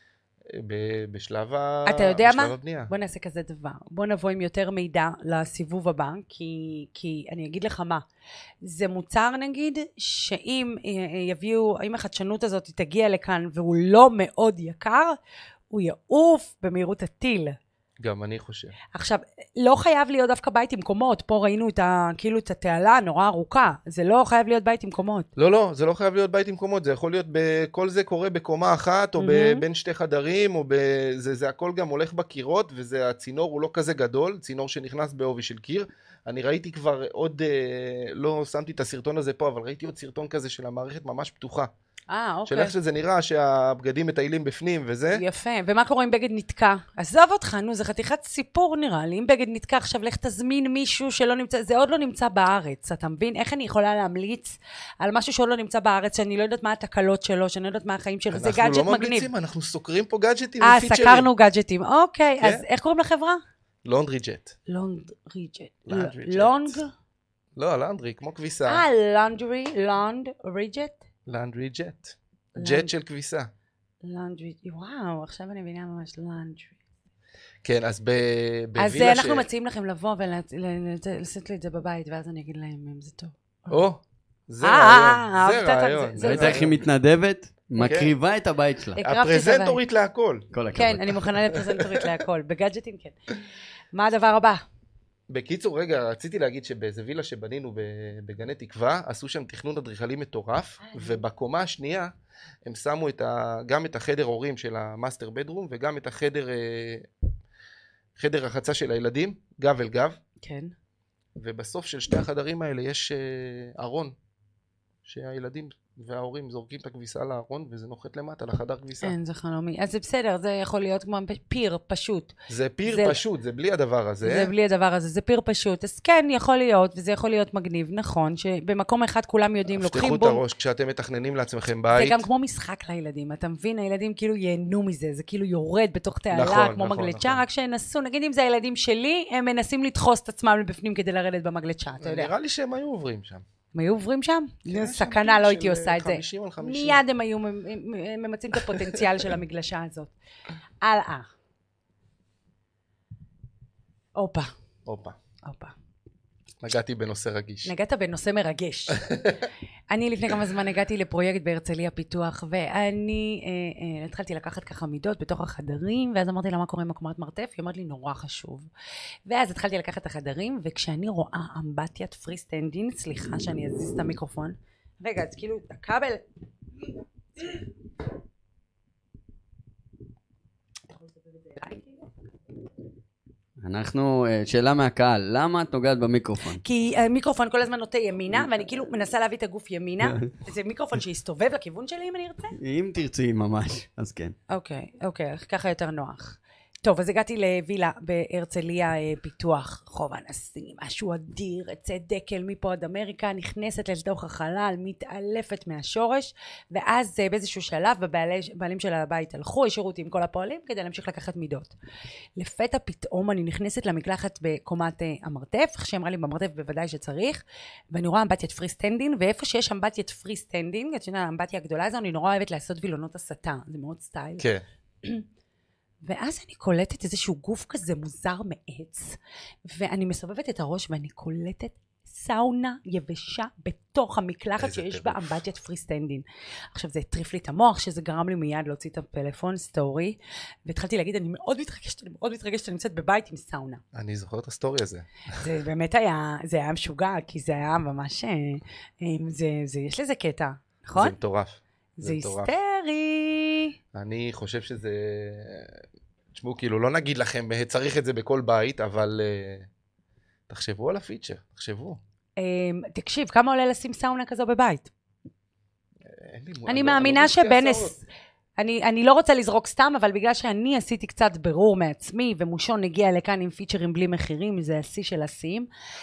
בשלב אתה יודע מה? הבנייה. בוא נעשה כזה דבר. בוא נבוא עם יותר מידע לסיבוב הבא, כי אני אגיד לך מה. זה מוצר נגיד, שאם יביאו, אם החדשנות הזאת תגיע לכאן והוא לא מאוד יקר, הוא יעוף במהירות הטיל. גם אני חושב. עכשיו, לא חייב להיות דווקא בית עם קומות. פה ראינו כאילו את התעלה נורא ארוכה. זה לא חייב להיות בית עם קומות. לא, זה לא חייב להיות בית עם קומות. זה יכול להיות, כל זה קורה בקומה אחת, או בין שתי חדרים, או זה הכל גם הולך בקירות, והצינור הוא לא כזה גדול, צינור שנכנס בעובי של קיר. אני ראיתי כבר עוד, לא שמתי את הסרטון הזה פה, אבל ראיתי עוד סרטון כזה של המערכת ממש פתוחה. אוקיי. של איך שזה נראה שהבגדים מטיילים בפנים וזה. יפה, ומה קורה אם בגד נתקע? עזוב אותך, נו, זה חתיכת סיפור נראה לי. אם בגד נתקע, עכשיו לך תזמין מישהו שלא נמצא, זה עוד לא נמצא בארץ, אתה מבין? איך אני יכולה להמליץ על משהו שעוד לא נמצא בארץ, שאני לא יודעת מה התקלות שלו, שאני לא יודעת מה החיים שלו, זה גאדג'ט מגניב. אנחנו לא ממליצים, אנחנו סוקרים פה גאדג'טים ופיצ'רים. סקרנו גאדג'טים, אוקיי, אז איך קוראים לחברה? לונדרי ג'ט. לונדרי ג'ט. לונג? לא, לונדרי, כמו כביסה. לונדרי ג'ט? לונדרי ג'ט. ג'ט של כביסה. לונדרי, וואו, עכשיו אני מבינה ממש לונדרי. כן, אז בווילה אז אנחנו מציעים לכם לבוא ולעשות לי את זה בבית, ואז אני אגיד להם אם זה טוב. זה רעיון, זה רעיון. ראית איך היא מתנדבת? מקריבה את הבית שלה. הפרזנטורית להכל. כן, אני מוכנה לפרזנטורית להכל. בגאדג'טים כן. מה הדבר הבא? בקיצור, רגע, רציתי להגיד שבאיזה וילה שבנינו בגני תקווה, עשו שם תכנון אדריכלי מטורף, ובקומה השנייה הם שמו גם את החדר הורים של המאסטר בדרום, וגם את חדר רחצה של הילדים, גב אל גב. כן. ובסוף של שתי החדרים האלה יש ארון, שהילדים וההורים זורקים את הכביסה לארון, וזה נוחת למטה לחדר כביסה. אין, זה חלומי. אז זה בסדר, זה יכול להיות כמו פיר פשוט. זה פיר פשוט, זה בלי הדבר הזה. זה בלי הדבר הזה, זה פיר פשוט. אז כן, יכול להיות, וזה יכול להיות מגניב, נכון, שבמקום אחד כולם יודעים, לוקחים בום. תפתחו את הראש כשאתם מתכננים לעצמכם בית. זה גם כמו משחק לילדים, אתה מבין? הילדים כאילו ייהנו מזה, זה כאילו יורד בתוך תעלה, כמו מגלצ'ה, רק שנסו, נגיד אם זה הילדים שלי, הם מנסים לדחוס את עצמם לבפנים כדי לרדת במגלצ'ה, אתה יודע. נראה לי שהם היו עוברים שם. הם היו עוברים שם? סכנה, לא הייתי עושה את זה. מיד הם היו ממצים את הפוטנציאל של המגלשה הזאת. הלאה. הופה. נגעתי בנושא רגיש. נגעת בנושא מרגש. אני לפני כמה זמן הגעתי לפרויקט בהרצליה פיתוח, ואני התחלתי לקחת ככה מידות בתוך החדרים, ואז אמרתי לה מה קורה עם עקומת מרתף, היא אמרת לי נורא חשוב. ואז התחלתי לקחת את החדרים, וכשאני רואה אמבטיית פרי סטנדין, סליחה שאני אזיז את המיקרופון, רגע, אז כאילו הכבל... אנחנו, שאלה מהקהל, למה את נוגעת במיקרופון? כי המיקרופון כל הזמן נוטה ימינה, ואני כאילו מנסה להביא את הגוף ימינה. זה מיקרופון שיסתובב לכיוון שלי אם אני ארצה? אם תרצי ממש, אז כן. אוקיי, ככה יותר נוח. טוב, אז הגעתי לווילה בהרצליה פיתוח, רחוב הנשיא, משהו אדיר, עצי דקל מפה עד אמריקה, נכנסת לתוך החלל, מתעלפת מהשורש, ואז באיזשהו שלב, הבעלים של הבית הלכו, השאירו אותי עם כל הפועלים, כדי להמשיך לקחת מידות. לפתע פתאום אני נכנסת למקלחת בקומת המרתף, שאמרה לי במרתף בוודאי שצריך, ואני רואה אמבטיית פרי סטנדינג, ואיפה שיש אמבטיית פרי סטנדינג, את יודעת, האמבטיה הגדולה הזו, אני נורא אוהבת לעשות וילונות הסתה, זה מאוד סטייל. כן. ואז אני קולטת איזשהו גוף כזה מוזר מעץ, ואני מסובבת את הראש ואני קולטת סאונה יבשה בתוך המקלחת שיש בה אמבטיית פרי סטנדינג. עכשיו זה הטריף לי את המוח, שזה גרם לי מיד להוציא את הפלאפון, סטורי, והתחלתי להגיד, אני מאוד מתרגשת, אני נמצאת בבית עם סאונה. אני זוכר את הסטורי הזה. זה באמת היה משוגע, כי זה היה ממש, יש לזה קטע, נכון? זה מטורף. זה היסטרי. אני חושב שזה... תשמעו, כאילו, לא נגיד לכם, צריך את זה בכל בית, אבל תחשבו על הפיצ'ר, תחשבו. תקשיב, כמה עולה לשים סאונה כזו בבית? אני מאמינה שבין... אני לא רוצה לזרוק סתם, אבל בגלל שאני עשיתי קצת ברור מעצמי, ומושון הגיע לכאן עם פיצ'רים בלי מחירים, זה השיא של השיאים.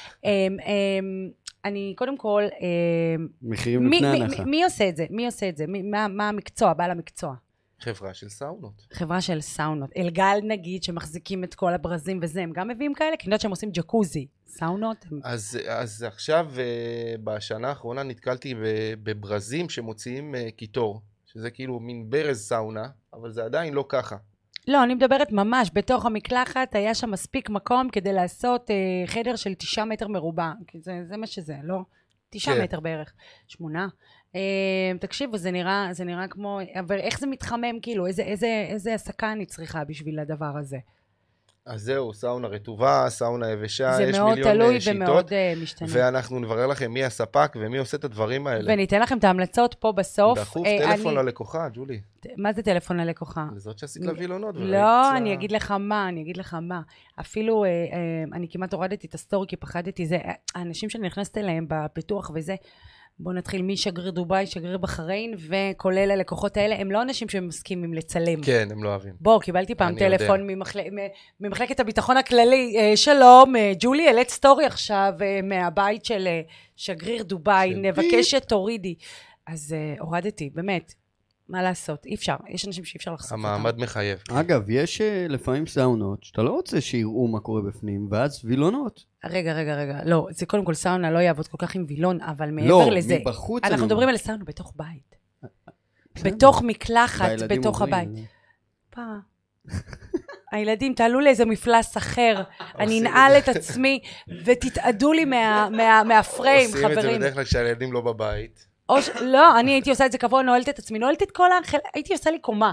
אני קודם כל... מחירים לפני הנחה. מי עושה את זה? מה המקצוע, בעל המקצוע? חברה של סאונות. חברה של סאונות. אלגל נגיד, שמחזיקים את כל הברזים וזה, הם גם מביאים כאלה? כי אני יודעת שהם עושים ג'קוזי. סאונות? אז עכשיו, בשנה האחרונה, נתקלתי בברזים שמוציאים קיטור, שזה כאילו מין ברז סאונה, אבל זה עדיין לא ככה. לא, אני מדברת ממש, בתוך המקלחת היה שם מספיק מקום כדי לעשות חדר של 9 מטר מרובע, כי זה מה שזה, לא? 9 מטר בערך, 8. תקשיבו, זה נראה כמו, אבל איך זה מתחמם כאילו, איזה הסקה אני צריכה בשביל הדבר הזה? אז זהו, סאונה רטובה, סאונה יבשה, יש מיליון שיטות. זה מאוד תלוי ומאוד משתנה. ואנחנו נברר לכם מי הספק ומי עושה את הדברים האלה. וניתן לכם את ההמלצות פה בסוף. דחוף טלפון ללקוחה, ג'ולי. מה זה טלפון ללקוחה? זאת שעשית לה וילונות. לא, אני אגיד לך מה. אפילו אני כמעט הורדתי את הסטורי כי פחדתי, זה האנשים שאני נכנסת אליהם בפיתוח וזה, בואו נתחיל משגריר דוביי, שגריר בחריין, וכולל הלקוחות האלה, הם לא אנשים שמסכימים לצלם. כן, הם לא אוהבים. בואו, קיבלתי פעם טלפון ממחלקת הביטחון הכללי, שלום, ג'ולי, העלית סטורי עכשיו מהבית של שגריר דוביי, נבקש שתורידי. אז הורדתי, באמת. מה לעשות? אי אפשר, יש אנשים שאי אפשר לחשוף אותם. המעמד מחייב. אגב, יש לפעמים סאונות שאתה לא רוצה שיראו מה קורה בפנים, ואז וילונות. רגע, לא, זה קודם כל סאונה לא יעבוד כל כך עם וילון, אבל מעבר לזה, לא, מבחוץ. אנחנו מדברים על סאונה בתוך בית. בתוך מקלחת, בתוך הבית. הילדים, תעלו לאיזה מפלס אחר, אני אנעל את עצמי, ותתעדו לי מהפריים, חברים. עושים את זה בדרך כלל כשהילדים לא בבית. לא, אני הייתי עושה את זה קבוע, נועלת את עצמי, נועלת את כל הייתי עושה לי קומה.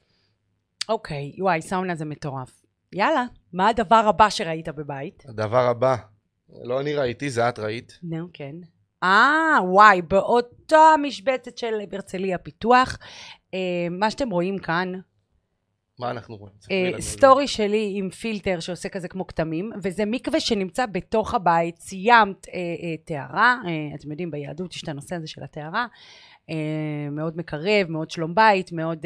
אוקיי, וואי, סאונה זה מטורף. יאללה, מה הדבר הבא שראית בבית? הדבר הבא, לא אני ראיתי, זה את ראית. נו, כן. וואי, באותה משבצת של הרצליה פיתוח, מה שאתם רואים כאן, מה אנחנו רואים? סטורי שלי עם פילטר שעושה כזה כמו כתמים, וזה מקווה שנמצא בתוך הבית, סיימת תארה, אתם יודעים ביהדות יש את הנושא הזה של התארה, מאוד מקרב, מאוד שלום בית, מאוד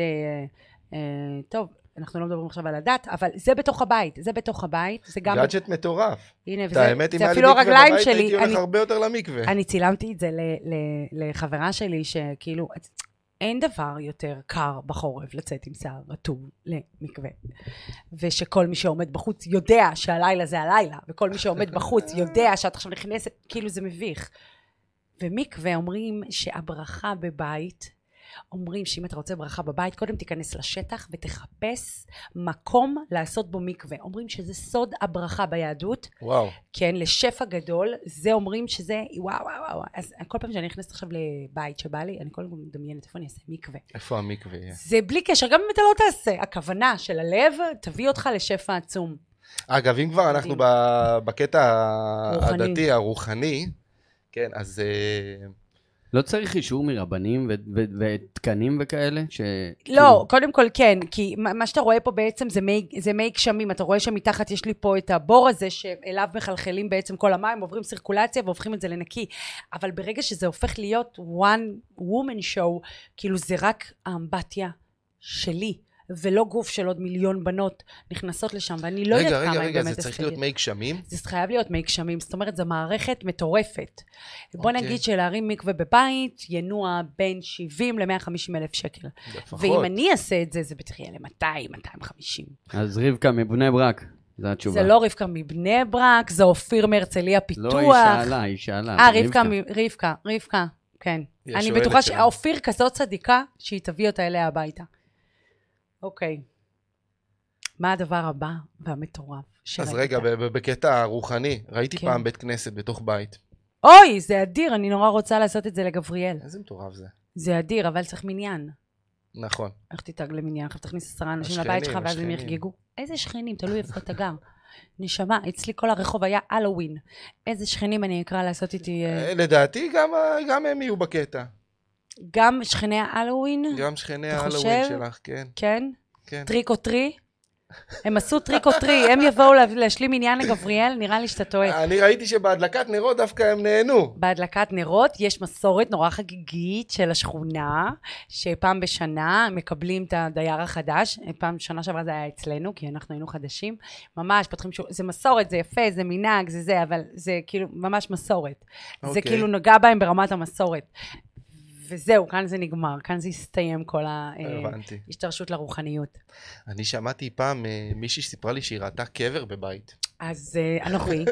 טוב, אנחנו לא מדברים עכשיו על הדת, אבל זה בתוך הבית, זה בתוך הבית, זה גם... גאדג'ט מטורף. הנה, זה אפילו הרגליים שלי. הייתי הולך הרבה יותר למקווה. אני צילמתי את זה לחברה שלי, שכאילו, אין דבר יותר קר בחורף לצאת עם שיער רטוב למקווה. ושכל מי שעומד בחוץ יודע שהלילה זה הלילה, וכל מי שעומד בחוץ יודע שאת עכשיו נכנסת, כאילו זה מביך. ומקווה אומרים שהברכה בבית, אומרים שאם אתה רוצה ברכה בבית, קודם תיכנס לשטח ותחפש מקום לעשות בו מקווה. אומרים שזה סוד הברכה ביהדות. וואו. כן, לשפע גדול. זה אומרים שזה, וואו. אז כל פעם שאני נכנסת עכשיו לבית שבא לי, אני כל פעם מדמיינת איפה אני אעשה מקווה. איפה המקווה? זה בלי קשר, גם אם אתה לא תעשה. הכוונה של הלב תביא אותך לשפע עצום. אגב, אם כבר אנחנו בקטע הדתי, הרוחני, כן, אז... לא צריך אישור מרבנים ותקנים וכאלה? לא, קודם כל כן, כי מה שאתה רואה פה בעצם זה מי גשמים, אתה רואה שמתחת יש לי פה את הבור הזה, שאליו מחלחלים בעצם כל המים, עוברים סירקולציה והופכים את זה לנקי, אבל ברגע שזה הופך להיות one woman show, כאילו זה רק האמבטיה שלי, ולא גוף של עוד מיליון בנות נכנסות לשם, ואני לא יודעת כמה רגע, זה צריך להיות מי גשמים? זה חייב להיות מי גשמים, זאת אומרת, זו מערכת מטורפת. בוא נגיד שלהרים מקווה בבית, ינוע בין 70 ל-150 אלף שקל. ואם אני אעשה את זה, זה בטח יהיה ל-200, 250. אז רבקה מבני ברק, זו התשובה. זה לא רבקה מבני ברק, זה אופיר מהרצליה פיתוח. לא, היא שאלה. רבקה, כן. אני בטוחה שאופיר כזאת צדיקה, שהיא תביא אותה אליה הביתה. אוקיי. מה הדבר הבא והמטורף שראית? אז רגע, בקטע הרוחני, ראיתי פעם בית כנסת בתוך בית. אוי, זה אדיר, אני נורא רוצה לעשות את זה לגבריאל. איזה מטורף זה. זה אדיר, אבל צריך מניין. נכון. איך תתאג למניין? עכשיו תכניס 10 אנשים לבית שלך ואז הם יחגגו. איזה שכנים, תלוי איפה אתה גר. נשמע, אצלי כל הרחוב היה הלווין. איזה שכנים אני אקרא לעשות איתי... לדעתי גם הם יהיו בקטע. גם שכני ההלווין? גם שכני ההלווין שלך, כן. כן? כן. טריק או טרי? הם עשו טריק או טרי, הם יבואו להשלים עניין לגבריאל, נראה לי שאתה טועה. אני ראיתי שבהדלקת נרות דווקא הם נהנו. בהדלקת נרות יש מסורת נורא חגיגית של השכונה, שפעם בשנה מקבלים את הדייר החדש, פעם שנה שעברה זה היה אצלנו, כי אנחנו היינו חדשים, ממש פותחים זה מסורת, זה יפה, זה מנהג, זה, אבל זה כאילו ממש מסורת. זה כאילו נוגע בהם ברמת המסורת. וזהו, כאן זה נגמר, כאן זה הסתיים כל ההשתרשות לרוחניות. אני שמעתי פעם מישהי שסיפרה לי שהיא ראתה קבר בבית. אז אנוכי,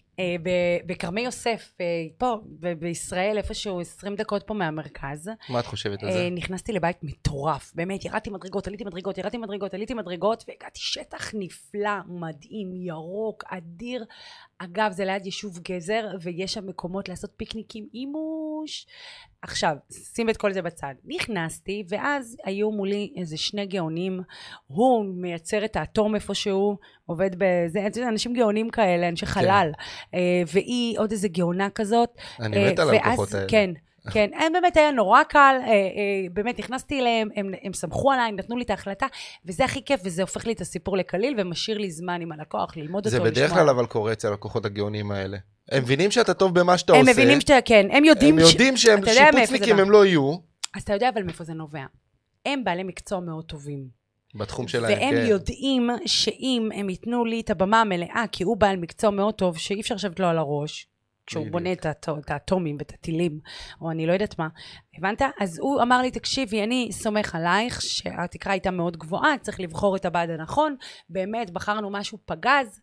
בקרמי יוסף, פה בישראל, איפשהו 20 דקות פה מהמרכז. מה את חושבת על זה? נכנסתי לבית מטורף, באמת, ירדתי מדרגות, עליתי מדרגות, והגעתי שטח נפלא, מדהים, ירוק, אדיר. אגב, זה ליד יישוב גזר, ויש שם מקומות לעשות פיקניקים אימוש. עכשיו, שים את כל זה בצד. נכנסתי, ואז היו מולי איזה 2 גאונים, הוא מייצר את האטום איפשהו, עובד בזה, אנשים גאונים כאלה, אנשי חלל, והיא עוד איזה גאונה כזאת. אני מת על הכוחות האלה. כן. כן, הם באמת היה נורא קל, באמת נכנסתי אליהם, הם סמכו עליי, נתנו לי את ההחלטה, וזה הכי כיף, וזה הופך לי את הסיפור לקליל, ומשאיר לי זמן עם הלקוח, ללמוד אותו. זה בדרך כלל אבל קורה אצל הכוחות הגאונים האלה. הם מבינים שאתה טוב במה שאתה עושה. הם מבינים שאתה, כן, הם יודעים שהם שיפוצניקים, הם לא יהיו. אז אתה יודע אבל מאיפה זה נובע. הם בעלי מקצוע מאוד טובים. בתחום שלהם, והם יודעים שאם הם ייתנו לי את הבמה המלאה, כי הוא בעל מקצוע מאוד טוב, שאי אפשר לשבת לו על הראש, כשהוא בונה את האטומים ואת הטילים, או אני לא יודעת מה, הבנת? אז הוא אמר לי, תקשיבי, אני סומך עלייך, שהתקרה הייתה מאוד גבוהה, צריך לבחור את הבד הנכון, באמת בחרנו משהו פגז,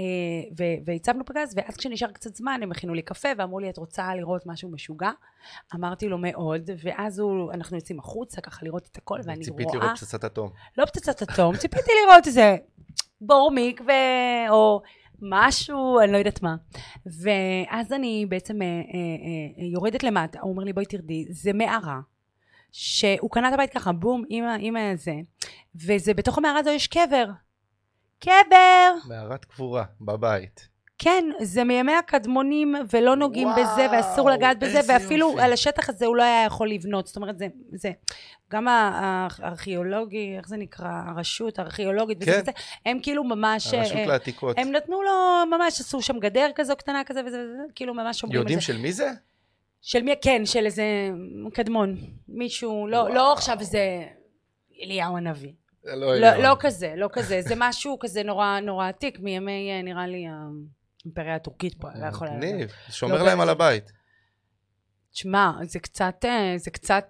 והצבנו פגז, ואז כשנשאר קצת זמן, הם הכינו לי קפה, ואמרו לי, את רוצה לראות משהו משוגע? אמרתי לו מאוד, ואז אנחנו יוצאים החוצה, ככה לראות את הכל, ואני רואה... ציפית לראות פצצת אטום. לא פצצת אטום, ציפיתי לראות איזה... בור מקווה, או משהו, אני לא יודעת מה. ואז אני בעצם יורדת למטה, הוא אומר לי, בואי תרדי, זה מערה, שהוא קנה את הבית ככה, בום, עם זה, וזה בתוך המערה הזו יש קבר. קבר! מערת קבורה, בבית. כן, זה מימי הקדמונים, ולא נוגעים בזה, ואסור לגעת בזה, ואפילו יופי. על השטח הזה הוא לא היה יכול לבנות, זאת אומרת, זה גם הארכיאולוגי, איך זה נקרא, הרשות הארכיאולוגית, כן. וזה, הם כאילו ממש, הרשות לעתיקות. הם נתנו לו, ממש עשו שם גדר כזו קטנה כזה, וזה, כאילו ממש שומרים יודעים של מי זה? של מי, כן, של איזה קדמון, מישהו, לא עכשיו זה אליהו הנביא. לא כזה, לא כזה, זה משהו כזה נורא עתיק, מימי נראה לי האימפריה הטורקית פה, לא יכולה... מגניב, שומר להם על הבית. תשמע, זה קצת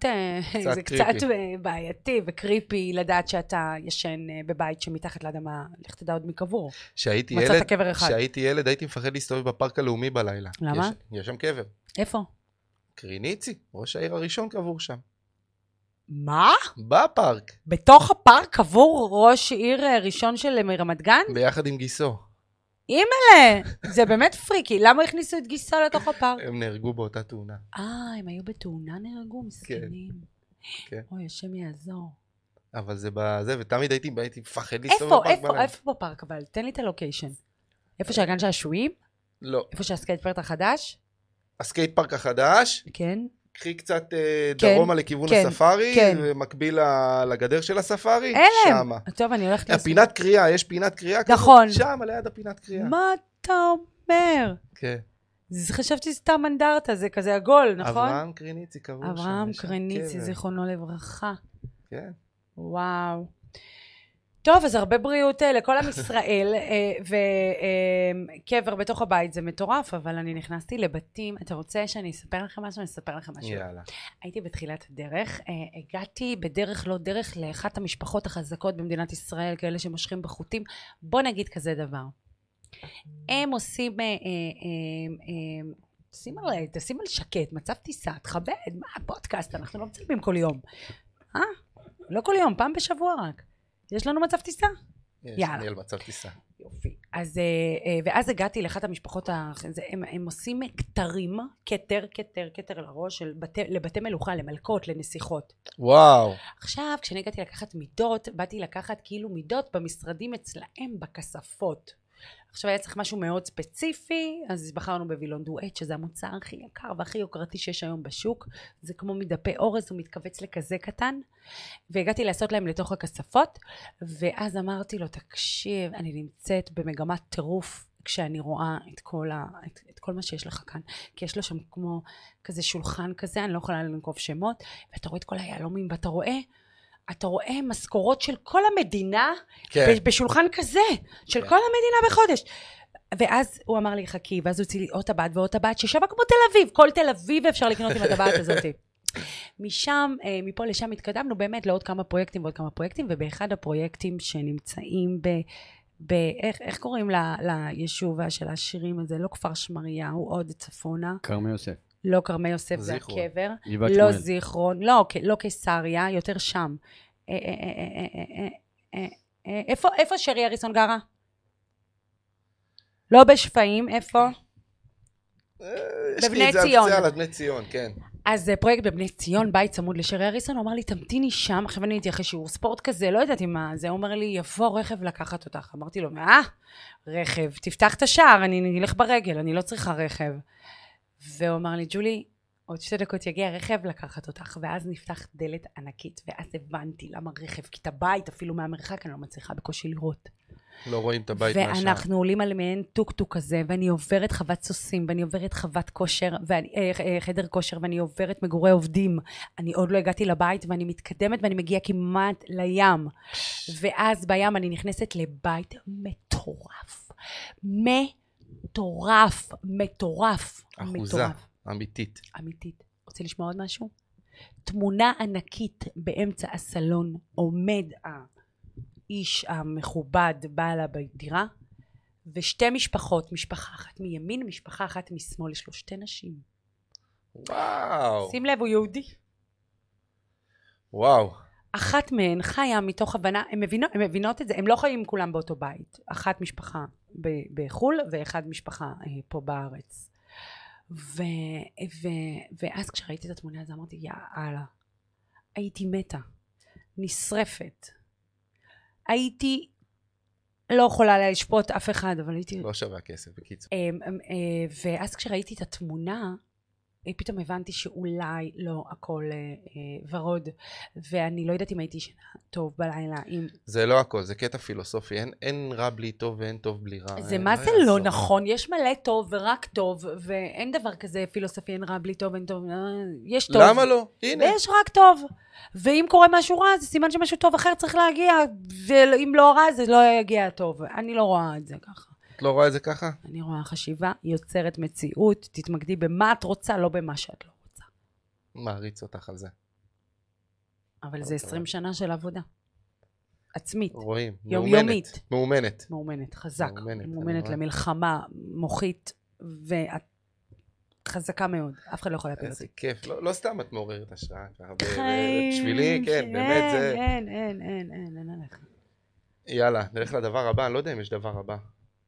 בעייתי וקריפי לדעת שאתה ישן בבית שמתחת לאדמה, לך תדע עוד מקבור. כשהייתי ילד הייתי מפחד להסתובב בפארק הלאומי בלילה. למה? יש שם קבר. איפה? קריניצי, ראש העיר הראשון קבור שם. מה? בפארק. בתוך הפארק קבור ראש עיר ראשון של רמת גן? ביחד עם גיסו. אימאלה, זה באמת פריקי. למה הכניסו את גיסו לתוך הפארק? הם נהרגו באותה תאונה. הם היו בתאונה נהרגו, מסכנים. כן. אוי, השם יעזור. אבל זה בזה, ותמיד הייתי מפחד להסתובב בפארק בלילה. איפה בפארק? אבל תן לי את הלוקיישן. איפה שהגן שעשועים? לא. איפה שהסקייט פארק החדש? הסקייט פארק החדש? כן. קחי קצת דרומה לכיוון הספארי, ומקביל לגדר של הספארי, שמה. טוב, אני הולכת לעשות. הפינת קריאה, יש פינת קריאה כזאת, נכון. שם, ליד הפינת קריאה. מה אתה אומר? כן. חשבתי סתם אנדרטה, זה כזה עגול, נכון? אברהם קריניצי קראו שם. אברהם קריניצי, זיכרונו לברכה. כן. וואו. טוב, אז הרבה בריאות לכל עם ישראל, וקבר בתוך הבית זה מטורף, אבל אני נכנסתי לבתים. אתה רוצה שאני אספר לכם משהו? אני אספר לכם משהו. יאללה. הייתי בתחילת הדרך, הגעתי בדרך לא דרך לאחת המשפחות החזקות במדינת ישראל, כאלה שמושכים בחוטים. בוא נגיד כזה דבר. הם עושים, תשים על שקט, מצב טיסה, תכבד, מה הפודקאסט, אנחנו לא מצלמים כל יום. לא כל יום, פעם בשבוע רק. יש לנו מצב טיסה? יש, אני על מצב טיסה. יופי. אז, ואז הגעתי לאחת המשפחות, הם עושים כתרים, כתר לראש, לבתי מלוכה, למלכות, לנסיכות. וואו. עכשיו, כשאני הגעתי לקחת מידות, באתי לקחת כאילו מידות במשרדים אצלהם בכספות. עכשיו היה צריך משהו מאוד ספציפי, אז בחרנו בווילון דואט, שזה המוצר הכי יקר והכי יוקרתי שיש היום בשוק. זה כמו מדפי אורז, הוא מתכווץ לכזה קטן. והגעתי לעשות להם לתוך הכספות, ואז אמרתי לו, תקשיב, אני נמצאת במגמת טירוף, כשאני רואה את כל מה שיש לך כאן. כי יש לו שם כמו כזה שולחן כזה, אני לא יכולה לנקוב שמות, ואתה רואה את כל היעלומים, ואתה רואה משכורות של כל המדינה, כן. בשולחן כזה, של כן. כל המדינה בחודש. ואז הוא אמר לי, חכי, ואז הוא הוציא לי עוד טבעת ועוד טבעת, ששווה כמו תל אביב, כל תל אביב אפשר לקנות עם הטבעת הזאת. משם, מפה לשם התקדמנו באמת לעוד כמה פרויקטים ועוד כמה פרויקטים, ובאחד הפרויקטים שנמצאים איך קוראים ליישוב של השירים הזה, לא כפר שמריהו, עוד צפונה. כרמי יוסף. לא כרמי יוסף, זה הקבר. לא זיכרון, לא קיסריה, יותר שם. איפה שרי אריסון גרה? לא בשפעים, איפה? בבני ציון. זה על בני ציון, כן. אז זה פרויקט בבני ציון, בית צמוד לשרי אריסון, הוא אמר לי, תמתיני שם, עכשיו אני הייתי אחרי שיעור ספורט כזה, לא יודעת מה, זה אומר לי, יבוא רכב לקחת אותך. אמרתי לו, רכב, תפתח את השער, אני אלך ברגל, אני לא צריכה רכב. והוא אמר לי, ג'ולי, עוד 2 דקות יגיע רכב לקחת אותך, ואז נפתח דלת ענקית, ואז הבנתי למה רכב, כי את הבית, אפילו מהמרחק, אני לא מצליחה בקושי לראות. לא רואים את הבית מהשאר. ואנחנו עולים על מעין טוק-טוק כזה, ואני עוברת חוות סוסים, ואני עוברת חוות כושר, חדר כושר, ואני עוברת מגורי עובדים. אני עוד לא הגעתי לבית, ואני מתקדמת, ואני מגיעה כמעט לים. ואז בים אני נכנסת לבית מטורף. מטורף. אחוזה, אמיתית. אמיתית. רוצה לשמוע עוד משהו? תמונה ענקית באמצע הסלון, עומד האיש המכובד, בעל הדירה, ו2 משפחות, משפחה אחת מימין, משפחה אחת משמאל, יש לו 2 נשים. וואו. שים לב, הוא יהודי. וואו. אחת מהן חיה מתוך הבנה, הן מבינות את זה, הן לא חיים כולם באותו בית. אחת משפחה בחול ואחד משפחה פה בארץ. ואז כשראיתי את התמונה הזו אמרתי, יאללה, הייתי מתה, נשרפת. הייתי לא יכולה לשפוט אף אחד, אבל הייתי... לא שווה כסף, בקיצור. ואז כשראיתי את התמונה, פתאום הבנתי שאולי לא הכל ורוד, ואני לא יודעת אם הייתי ישנה טוב בלילה. זה לא הכל, זה קטע פילוסופי, אין רע בלי טוב ואין טוב בלי רע. זה מה זה לא נכון, יש מלא טוב ורק טוב, ואין דבר כזה פילוסופי, אין רע בלי טוב, אין טוב, יש טוב. למה לא? הנה. ויש רק טוב, ואם קורה משהו רע, זה סימן שמשהו טוב אחר צריך להגיע, ואם לא רע, זה לא יגיע טוב. אני לא רואה את זה ככה. את לא רואה את זה ככה? אני רואה חשיבה, יוצרת מציאות, תתמקדי במה את רוצה, לא במה שאת לא רוצה. מעריץ אותך על זה. אבל זה 20 שנה של עבודה. עצמית. רואים. יומיומית. מאומנת. מאומנת, חזק. מאומנת למלחמה מוחית, וחזקה מאוד. אף אחד לא יכול להפיל אותי. איזה כיף. לא סתם את מעוררת השראה. בשבילי, כן, באמת זה... אין. יאללה, נלך לדבר הבא. אני לא יודע אם יש דבר הבא.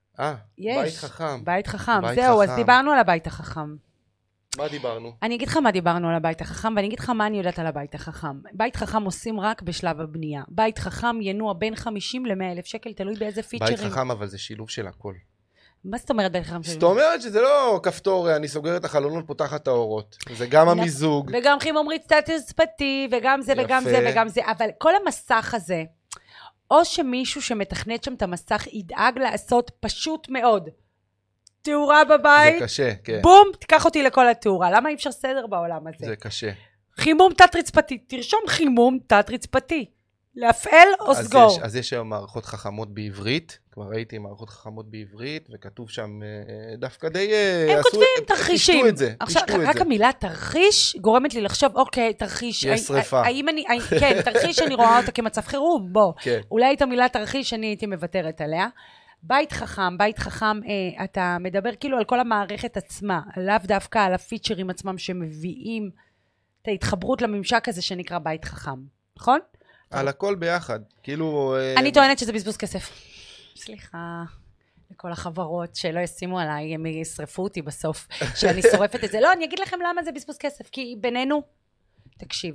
בית חכם. בית חכם, זהו, אז דיברנו על הבית החכם. מה דיברנו? אני אגיד לך מה דיברנו על הבית החכם, ואני אגיד לך מה אני יודעת על הבית החכם. בית חכם עושים רק בשלב הבנייה. בית חכם ינוע בין 50 ל-100,000 שקל, תלוי באיזה פיצ'רים. בית חכם, אבל זה שילוב של הכל. מה זאת אומרת בית חכם? זאת אומרת שזה לא כפתור, אני סוגר את החלונות, פותחת את האורות. זה גם המיזוג. וגם חימום רצפתי, וגם זה וגם זה וגם זה. אבל כל המסך הזה, או שמישהו שמתכנת שם את המסך ידאג לעשות פשוט מאוד. תאורה בבית. זה קשה, כן. בום, תיקח אותי לכל התאורה. למה אי אפשר סדר בעולם הזה? זה קשה. חימום תת רצפתי. תרשום חימום תת רצפתי. להפעל או סגור. אז יש היום מערכות חכמות בעברית. כבר ראיתי מערכות חכמות בעברית, וכתוב שם דווקא די... הם כותבים תרחישים. פישטו את זה. עכשיו, רק המילה תרחיש גורמת לי לחשוב, אוקיי, תרחיש. יש שריפה. כן, תרחיש אני רואה אותה כמצב חירום, בוא. אולי את המילה תרחיש אני הייתי מוותרת עליה. בית חכם, אתה מדבר כאילו על כל המערכת עצמה, לאו דווקא על הפיצ'רים עצמם שמביאים את ההתחברות לממשק הזה שנקרא בית חכם, נכון? על הכל ביחד, כאילו... אני טוענת שזה בזבוז כסף. סליחה, לכל החברות שלא ישימו עליי, הם ישרפו אותי בסוף, שאני שורפת את זה. לא, אני אגיד לכם למה זה בזבוז כסף, כי בינינו, תקשיב,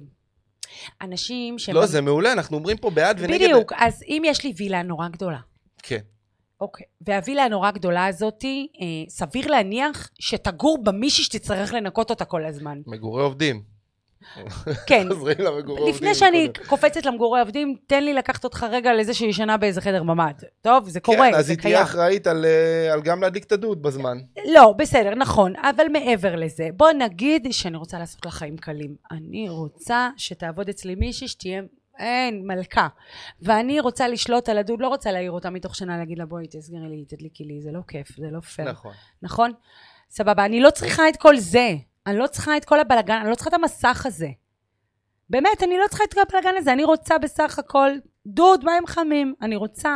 אנשים ש... לא, זה מעולה, אנחנו אומרים פה בעד ונגד... בדיוק, אז אם יש לי וילה נורא גדולה. כן. אוקיי, והווילה הנורא גדולה הזאת, סביר להניח שתגור במישהי שתצטרך לנקות אותה כל הזמן. מגורי עובדים. כן, לפני לפני שאני קופצת למגורי עובדים, תן לי לקחת אותך רגע לאיזה שישנה באיזה חדר ממ"ד. טוב, זה קורה, זה קיים. כן, אז היא תהיה אחראית על גם להדליק את הדוד בזמן. לא, בסדר, נכון, אבל מעבר לזה, בוא נגיד שאני רוצה לעשות לך חיים קלים. אני רוצה שתעבוד אצלי מישהי שתהיה... אין, מלכה. ואני רוצה לשלוט על הדוד, לא רוצה להעיר אותה מתוך שנה, להגיד לה, בואי, תסגרי לי, תדליקי לי, זה לא כיף, זה לא פייר. נכון. נכון? סבבה, אני לא צריכה את כל זה. אני לא צריכה את כל הבלגן, אני לא צריכה את המסך הזה. באמת, אני לא צריכה את כל הבלגן הזה. אני רוצה בסך הכל, דוד, מים חמים. אני רוצה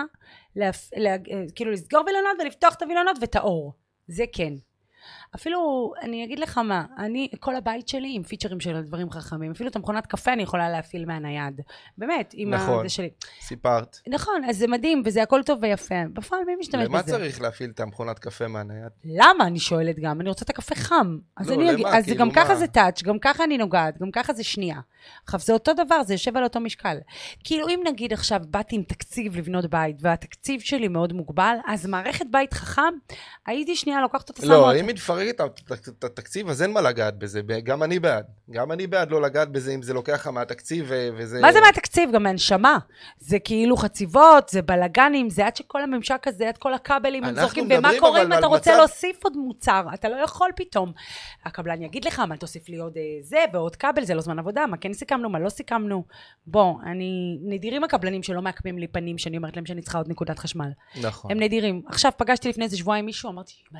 כאילו לסגור וילונות ולפתוח את הוילונות ואת האור. זה כן. אפילו, אני אגיד לך מה, כל הבית שלי עם פיצ'רים של דברים חכמים, אפילו את המכונת קפה אני יכולה להפעיל מהנייד. באמת, עם נכון, שלי. סיפרת. נכון, אז זה מדהים, וזה הכל טוב ויפה. בפועל, מי משתמש בזה? למה צריך להפעיל את המכונת קפה מהנייד? למה? אני שואלת גם, אני רוצה את הקפה חם. אז לא, למה? אז גם ככה זה טאץ', גם ככה אני נוגעת, גם ככה זה שנייה. עכשיו, זה אותו דבר, זה יושב על אותו משקל. כאילו, אם נגיד עכשיו, באתי עם תקציב לבנות בית, והתקציב שלי מאוד מוגבל, אז מערכת בית חכם, הייתי שנייה לוקחת אותה לא, אם מתפרק את התקציב, אז אין מה לגעת בזה, גם אני בעד. גם אני בעד לא לגעת בזה, אם זה לוקח לך מהתקציב וזה... מה זה מהתקציב? גם מהנשמה. זה כאילו חציבות, זה בלגנים, זה עד שכל הממשק הזה, עד כל הכבלים הם זורקים, ומה קורה אם אתה רוצה להוסיף עוד מוצר? אתה לא יכול פתאום. הקבלן יגיד לך, מה תוסיף לי עוד זה ועוד כבל, זה לא זמן עבודה, מה כן סיכמנו, מה לא סיכמנו. בוא, נדירים הקבלנים שלא מעקמים לי פנים, שאני אומרת להם שאני צריכה עוד נקודת חשמל. נכון. הם נדירים. עכשיו פגשתי לפני איזה שבועיים מישהו, אמרתי, מלא.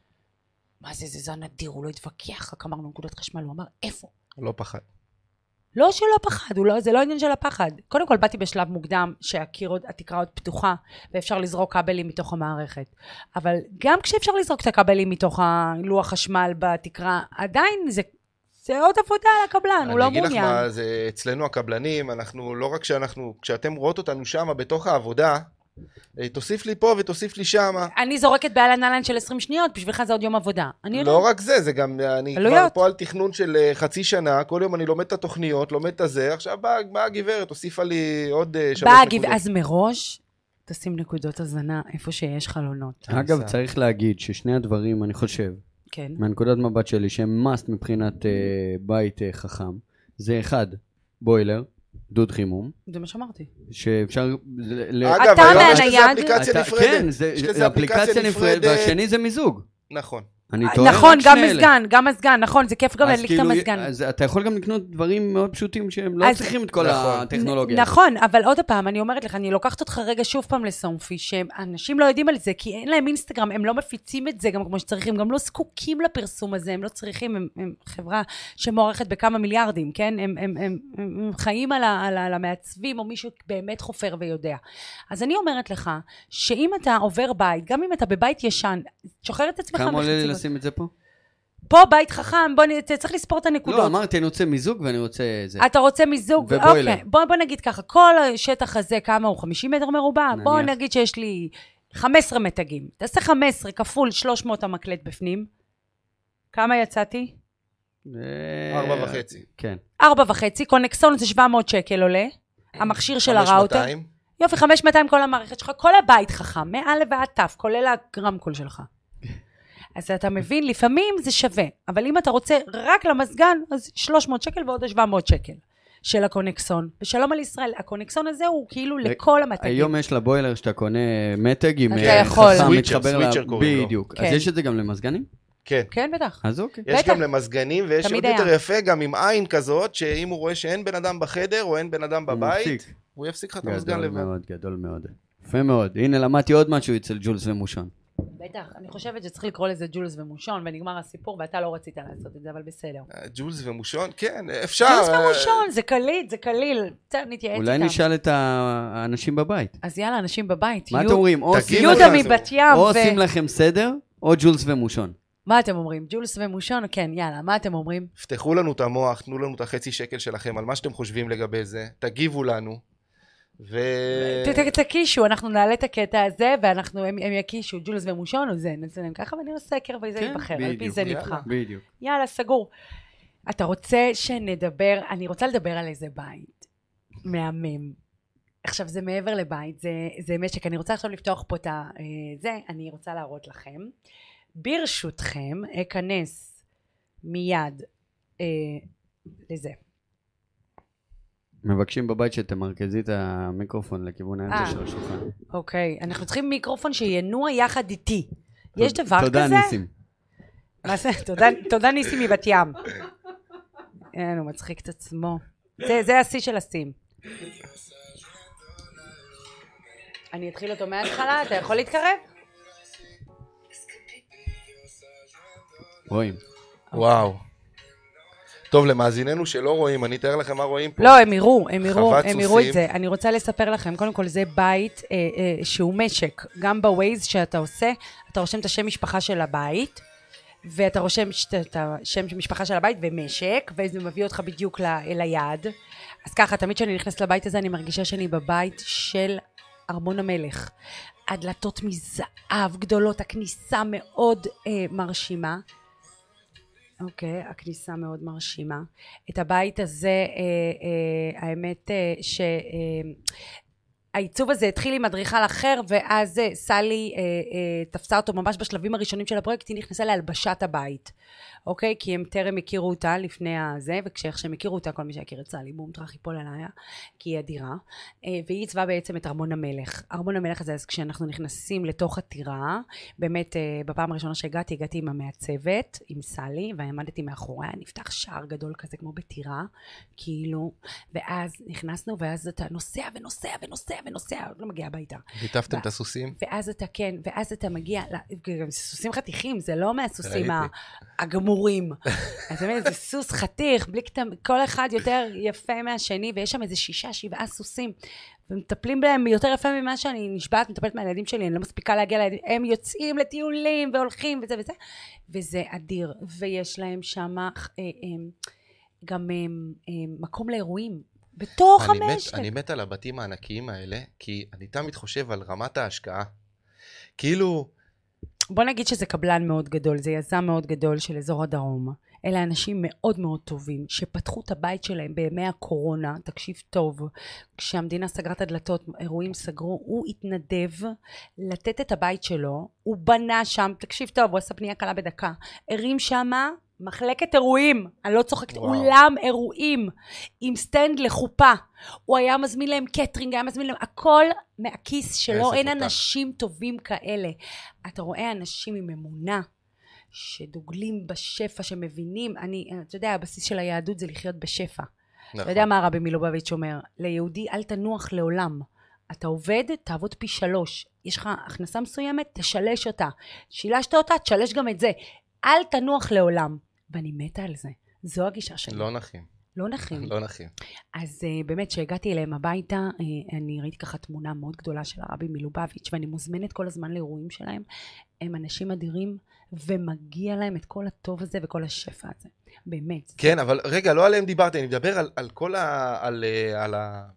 מה זה נדיר, הוא לא התווכח, רק אמרנו נקודת חשמל, הוא אמר, איפה? הוא לא פחד. לא שלא פחד, זה לא עניין של הפחד. קודם כל באתי בשלב מוקדם שהתקרה עוד פתוחה, ואפשר לזרוק כבלים מתוך המערכת. אבל גם כשאפשר לזרוק את הכבלים מתוך לוח חשמל בתקרה, עדיין זה זה עוד עבודה על הקבלן, הוא לא מעוניין. אני אגיד לך מה, זה אצלנו הקבלנים, אנחנו לא רק כשאתם רואות אותנו שם בתוך העבודה, תוסיף לי פה ותוסיף לי שם. אני זורקת בעל הנעליים של 20 שניות, בשבילך זה עוד יום עבודה. לא רק זה, זה גם, אני כבר פה על תכנון של חצי שנה, כל יום אני לומד את התוכניות, לומד את זה, עכשיו באה הגברת, תוסיפה לי עוד 3 נקודות. אז מראש, תשים נקודות הזנה איפה שיש חלונות. אגב, צריך להגיד ששני הדברים, אני חושב, מהנקודת מבט שלי, שהם must מבחינת בית חכם, זה אחד, בוילר, דוד חימום. זה מה שאמרתי. שאפשר... אגב, היום יש לזה אפליקציה נפרדת. כן, זה אפליקציה נפרדת, והשני זה מיזוג. נכון. נכון, גם מזגן, נכון, זה כיף גם להדליק את המזגן. אז אתה יכול גם לקנות דברים מאוד פשוטים שהם לא צריכים את כל הטכנולוגיה. נכון, אבל עוד פעם, אני אומרת לך, אני לוקחת אותך רגע שוב פעם לסונפי, שאנשים לא יודעים על זה, כי אין להם אינסטגרם, הם לא מפיצים את זה גם כמו שצריכים, גם לא זקוקים לפרסום הזה, הם לא צריכים, הם חברה שמוערכת בכמה מיליארדים, כן? הם חיים על המעצבים, או מישהו באמת חופר ויודע. אז אני אומרת לך, שאם אתה עובר בית, גם אם אתה בבית ישן, שוחרר את עצמך לשים את זה פה? פה בית חכם, אתה צריך לספור את הנקודות. לא, אמרתי, אני רוצה מיזוג ואני רוצה זה. אתה רוצה מיזוג? ובוילר. אוקיי, בוא נגיד ככה, כל השטח הזה, כמה הוא? 50 מטר מרובע? בוא נגיד שיש לי 15 מתגים. תעשה 15 כפול 300 המקלט בפנים. כמה יצאתי? 4.5. כן. 4.5, קונקסון זה 700 שקל עולה. המכשיר של הראוטר. 500. יופי, 500 כל המערכת שלך, כל הבית חכם, מעל ועד תף, כולל הרמקול שלך. אז אתה מבין, לפעמים זה שווה, אבל אם אתה רוצה רק למסגן, אז 300 שקל ועוד 700 שקל של הקונקסון. ושלום על ישראל, הקונקסון הזה הוא כאילו לכל המתגים. היום יש לבוילר שאתה קונה מתג עם חכם, סוויצ'ר קוראים לו. בדיוק. אז יש את זה גם למסגנים? כן. כן, בטח. אז אוקיי. יש גם למסגנים, ויש עוד יותר יפה, גם עם עין כזאת, שאם הוא רואה שאין בן אדם בחדר, או אין בן אדם בבית, הוא יפסיק לך את המסגן לבד. גדול מאוד, גדול מאוד. יפה מאוד. הנה, למדתי עוד משהו אצל ג'ולס ומושון. בטח, אני חושבת שצריך לקרוא לזה ג'ולס ומושון, ונגמר הסיפור, ואתה לא רצית לעשות את זה, אבל בסדר. ג'ולס ומושון, כן, אפשר. ג'ולס ומושון, זה קליל, זה קליל. נתייעץ איתם. אולי נשאל את האנשים בבית. אז יאללה, אנשים בבית. מה אתם אומרים? יהודה מבת ים. או עושים לכם סדר, או ג'ולס ומושון. מה אתם אומרים? ג'ולס ומושון? כן, יאללה, מה אתם אומרים? פתחו לנו את המוח, תנו לנו את החצי שקל שלכם, על מה שאתם חושבים לגבי זה, תגיבו לנו. תקישו, אנחנו נעלה את הקטע הזה, הם יקישו, ג'ולס ומושון, או זה, נעשה להם ככה, ואני עושה סקר, וזה ייבחר, על פי זה נבחר. בדיוק. יאללה, סגור. אתה רוצה שנדבר, אני רוצה לדבר על איזה בית, מהמם. עכשיו, זה מעבר לבית, זה משק, אני רוצה עכשיו לפתוח פה את זה, אני רוצה להראות לכם. ברשותכם, אכנס מיד לזה. מבקשים בבית שתמרכזי את המיקרופון לכיוון האמצע של השולחן. אוקיי, אנחנו צריכים מיקרופון שינוע יחד איתי. יש דבר כזה? תודה ניסים. מה זה? תודה ניסים מבת ים. הוא מצחיק את עצמו. זה השיא של הסים. אני אתחיל אותו מההתחלה, אתה יכול להתקרב? רואים. וואו. טוב, למאזיננו שלא רואים, אני אתאר לכם מה רואים פה. לא, הם יראו את זה. אני רוצה לספר לכם, קודם כל זה בית שהוא משק. גם בווייז שאתה עושה, אתה רושם את השם משפחה של הבית, ואתה רושם את השם משפחה של הבית ומשק, וזה מביא אותך בדיוק אל היעד. אז ככה, תמיד כשאני נכנסת לבית הזה, אני מרגישה שאני בבית של ארמון המלך. הדלתות מזהב גדולות, הכניסה מאוד מרשימה. אוקיי, הכניסה מאוד מרשימה. את הבית הזה, האמת העיצוב הזה התחיל עם אדריכל אחר, ואז סלי תפסה אותו ממש בשלבים הראשונים של הפרויקט, היא נכנסה להלבשת הבית. אוקיי? כי הם טרם הכירו אותה לפני הזה, וכשאיך שהם הכירו אותה, כל מי שהכיר את סלי, בום, טרח ייפול עליה, כי היא אדירה. והיא עיצבה בעצם את ארמון המלך. ארמון המלך הזה, אז כשאנחנו נכנסים לתוך הטירה, באמת, בפעם הראשונה שהגעתי, הגעתי עם המעצבת, עם סלי, ועמדתי מאחוריה, נפתח שער גדול כזה, כמו בטירה, כאילו, ואז נכנסנו, ואז אתה נוסע ונוסע ונוסע ונוסע, לא מגיע הביתה. ליטפתם את הסוסים? ואז אתה, כן, ואז אתה מגיע, גם סוסים חתיכים, זה לא מהסוסים הגמורים. אז באמת, זה סוס חתיך, בלי כל אחד יותר יפה מהשני, ויש שם איזה 6-7 סוסים, ומטפלים בהם יותר יפה ממה שאני נשבעת, מטפלת מהילדים שלי, אני לא מספיקה להגיע לילדים, הם יוצאים לטיולים והולכים וזה וזה, וזה אדיר, ויש להם שם גם מקום לאירועים. בתוך המשק. אני מת על הבתים הענקיים האלה, כי אני תמיד חושב על רמת ההשקעה. כאילו... בוא נגיד שזה קבלן מאוד גדול, זה יזם מאוד גדול של אזור הדרום. אלה אנשים מאוד מאוד טובים, שפתחו את הבית שלהם בימי הקורונה, תקשיב טוב, כשהמדינה סגרה את הדלתות, אירועים סגרו, הוא התנדב לתת את הבית שלו, הוא בנה שם, תקשיב טוב, הוא עשה פנייה קלה בדקה, הרים שמה, מחלקת אירועים, אני לא צוחקת, אולם אירועים, עם סטנד לחופה, הוא היה מזמין להם קטרינג, היה מזמין להם, הכל מהכיס שלו, אין אנשים טובים כאלה. אתה רואה אנשים עם אמונה, שדוגלים בשפע, שמבינים, אתה יודע, הבסיס של היהדות זה לחיות בשפע. נכון. אתה יודע מה הרבי מלובביץ' אומר? ליהודי אל תנוח לעולם. אתה עובד, תעבוד פי 3. יש לך הכנסה מסוימת, תשלש אותה. שילשת אותה, תשלש גם את זה. אל תנוח לעולם. ואני מתה על זה. זו הגישה שלי. לא נחים. לא נחים. לא נחים. אז באמת, שהגעתי אליהם הביתה, אני ראיתי ככה תמונה מאוד גדולה של הרבי מלובביץ', ואני מוזמנת כל הזמן לאירועים שלהם. הם אנשים אדירים, ומגיע להם את כל הטוב הזה וכל השפע הזה. באמת. כן, אבל רגע, לא עליהם דיברתי, אני מדבר על כל על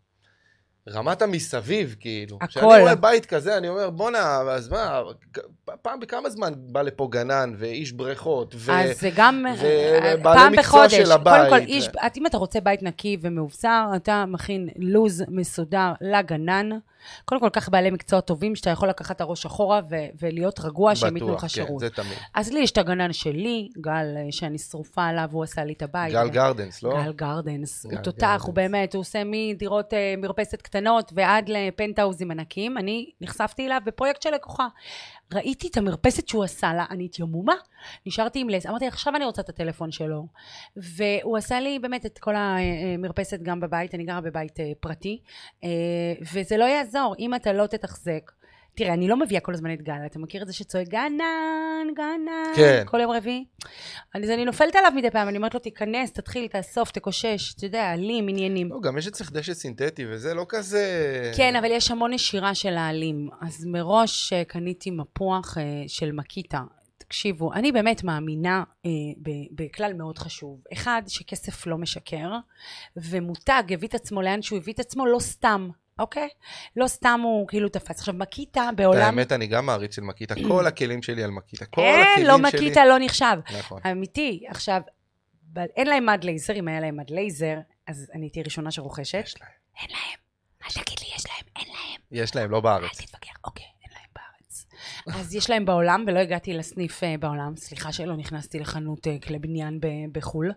רמת המסביב, כאילו. הכל. כשאני רואה בית כזה, אני אומר, בונה, אז מה, פעם בכמה זמן בא לפה גנן, ואיש בריכות, אז זה גם פעם בחודש. קודם כל, אם אתה רוצה בית נקי ומאובזר, אתה מכין לוז מסודר לגנן. קודם כל, כך בעלי מקצוע טובים, שאתה יכול לקחת את הראש אחורה ולהיות רגוע שהם ייתנו לך שירות. כן, זה תמיד. אז לי יש את הגנן שלי, גל שאני שרופה עליו, הוא עשה לי את הבית. גל גרדנס, לא? גל גרדנס. הוא תותח, הוא באמת, הוא עושה מדירות מרפסת קטנות ועד לפנטהאוזים ענקיים. אני נחשפתי אליו בפרויקט של לקוחה. ראיתי את המרפסת שהוא עשה לה, אני התיימומה, נשארתי עם לס, אמרתי, עכשיו אני רוצה את הטלפון שלו, והוא עשה לי באמת את כל המרפסת גם בבית, אני גרה בבית פרטי, וזה לא יעזור, אם אתה לא תתחזק, תראה, אני לא מביאה כל הזמן את גל, אתה מכיר את זה שצועק גנן, גנן, כן. כל יום רביעי? אז אני נופלת עליו מדי פעם, אני אומרת לו, תיכנס, תתחיל, תאסוף, תקושש, אתה יודע, עלים, עניינים. לא, גם יש אצלך דשא סינתטי, וזה לא כזה... כן, אבל יש המון נשירה של העלים, אז מראש קניתי מפוח של מקיטה. תקשיבו, אני באמת מאמינה בכלל מאוד חשוב. אחד, שכסף לא משקר, ומותג הביא את עצמו לאן שהוא הביא את עצמו, לא סתם. אוקיי? לא סתם הוא כאילו תפס. עכשיו, מקיטה בעולם... האמת, אני גם מעריץ של מקיטה. כל הכלים שלי על מקיטה. אין, לא מקיטה לא נחשב. נכון. אמיתי. עכשיו, אין להם מד לייזר. אם היה להם מד לייזר, אז אני הייתי ראשונה שרוכשת. יש להם. אין להם. אל תגיד לי, יש להם. אין להם. יש להם, לא בארץ. אל תתווכח. אוקיי, אין להם בארץ. אז יש להם בעולם, ולא הגעתי לסניף בעולם. סליחה שלא נכנסתי לחנות כלי בניין בחול.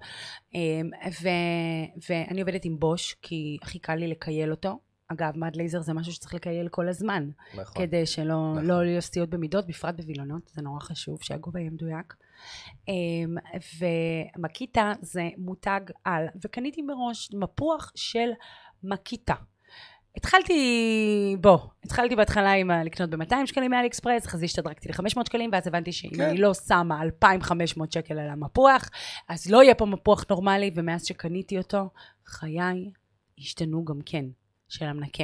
ואני עובדת עם בוש, כי הכי קל לי לקייל אותו. אגב, מד לייזר זה משהו שצריך לקייל כל הזמן. נכון. כדי שלא יהיו סטיות במידות, בפרט בווילונות, זה נורא חשוב שהגובה יהיה מדויק. ומקיטה זה מותג על, וקניתי מראש מפוח של מקיטה. התחלתי בהתחלה לקנות ב-200 שקלים מאלי אקספרס, אחרי זה השתדרגתי ל-500 שקלים, ואז הבנתי שאם אני לא שמה 2,500 שקל על המפוח, אז לא יהיה פה מפוח נורמלי, ומאז שקניתי אותו, חיי השתנו גם כן. של המנקה.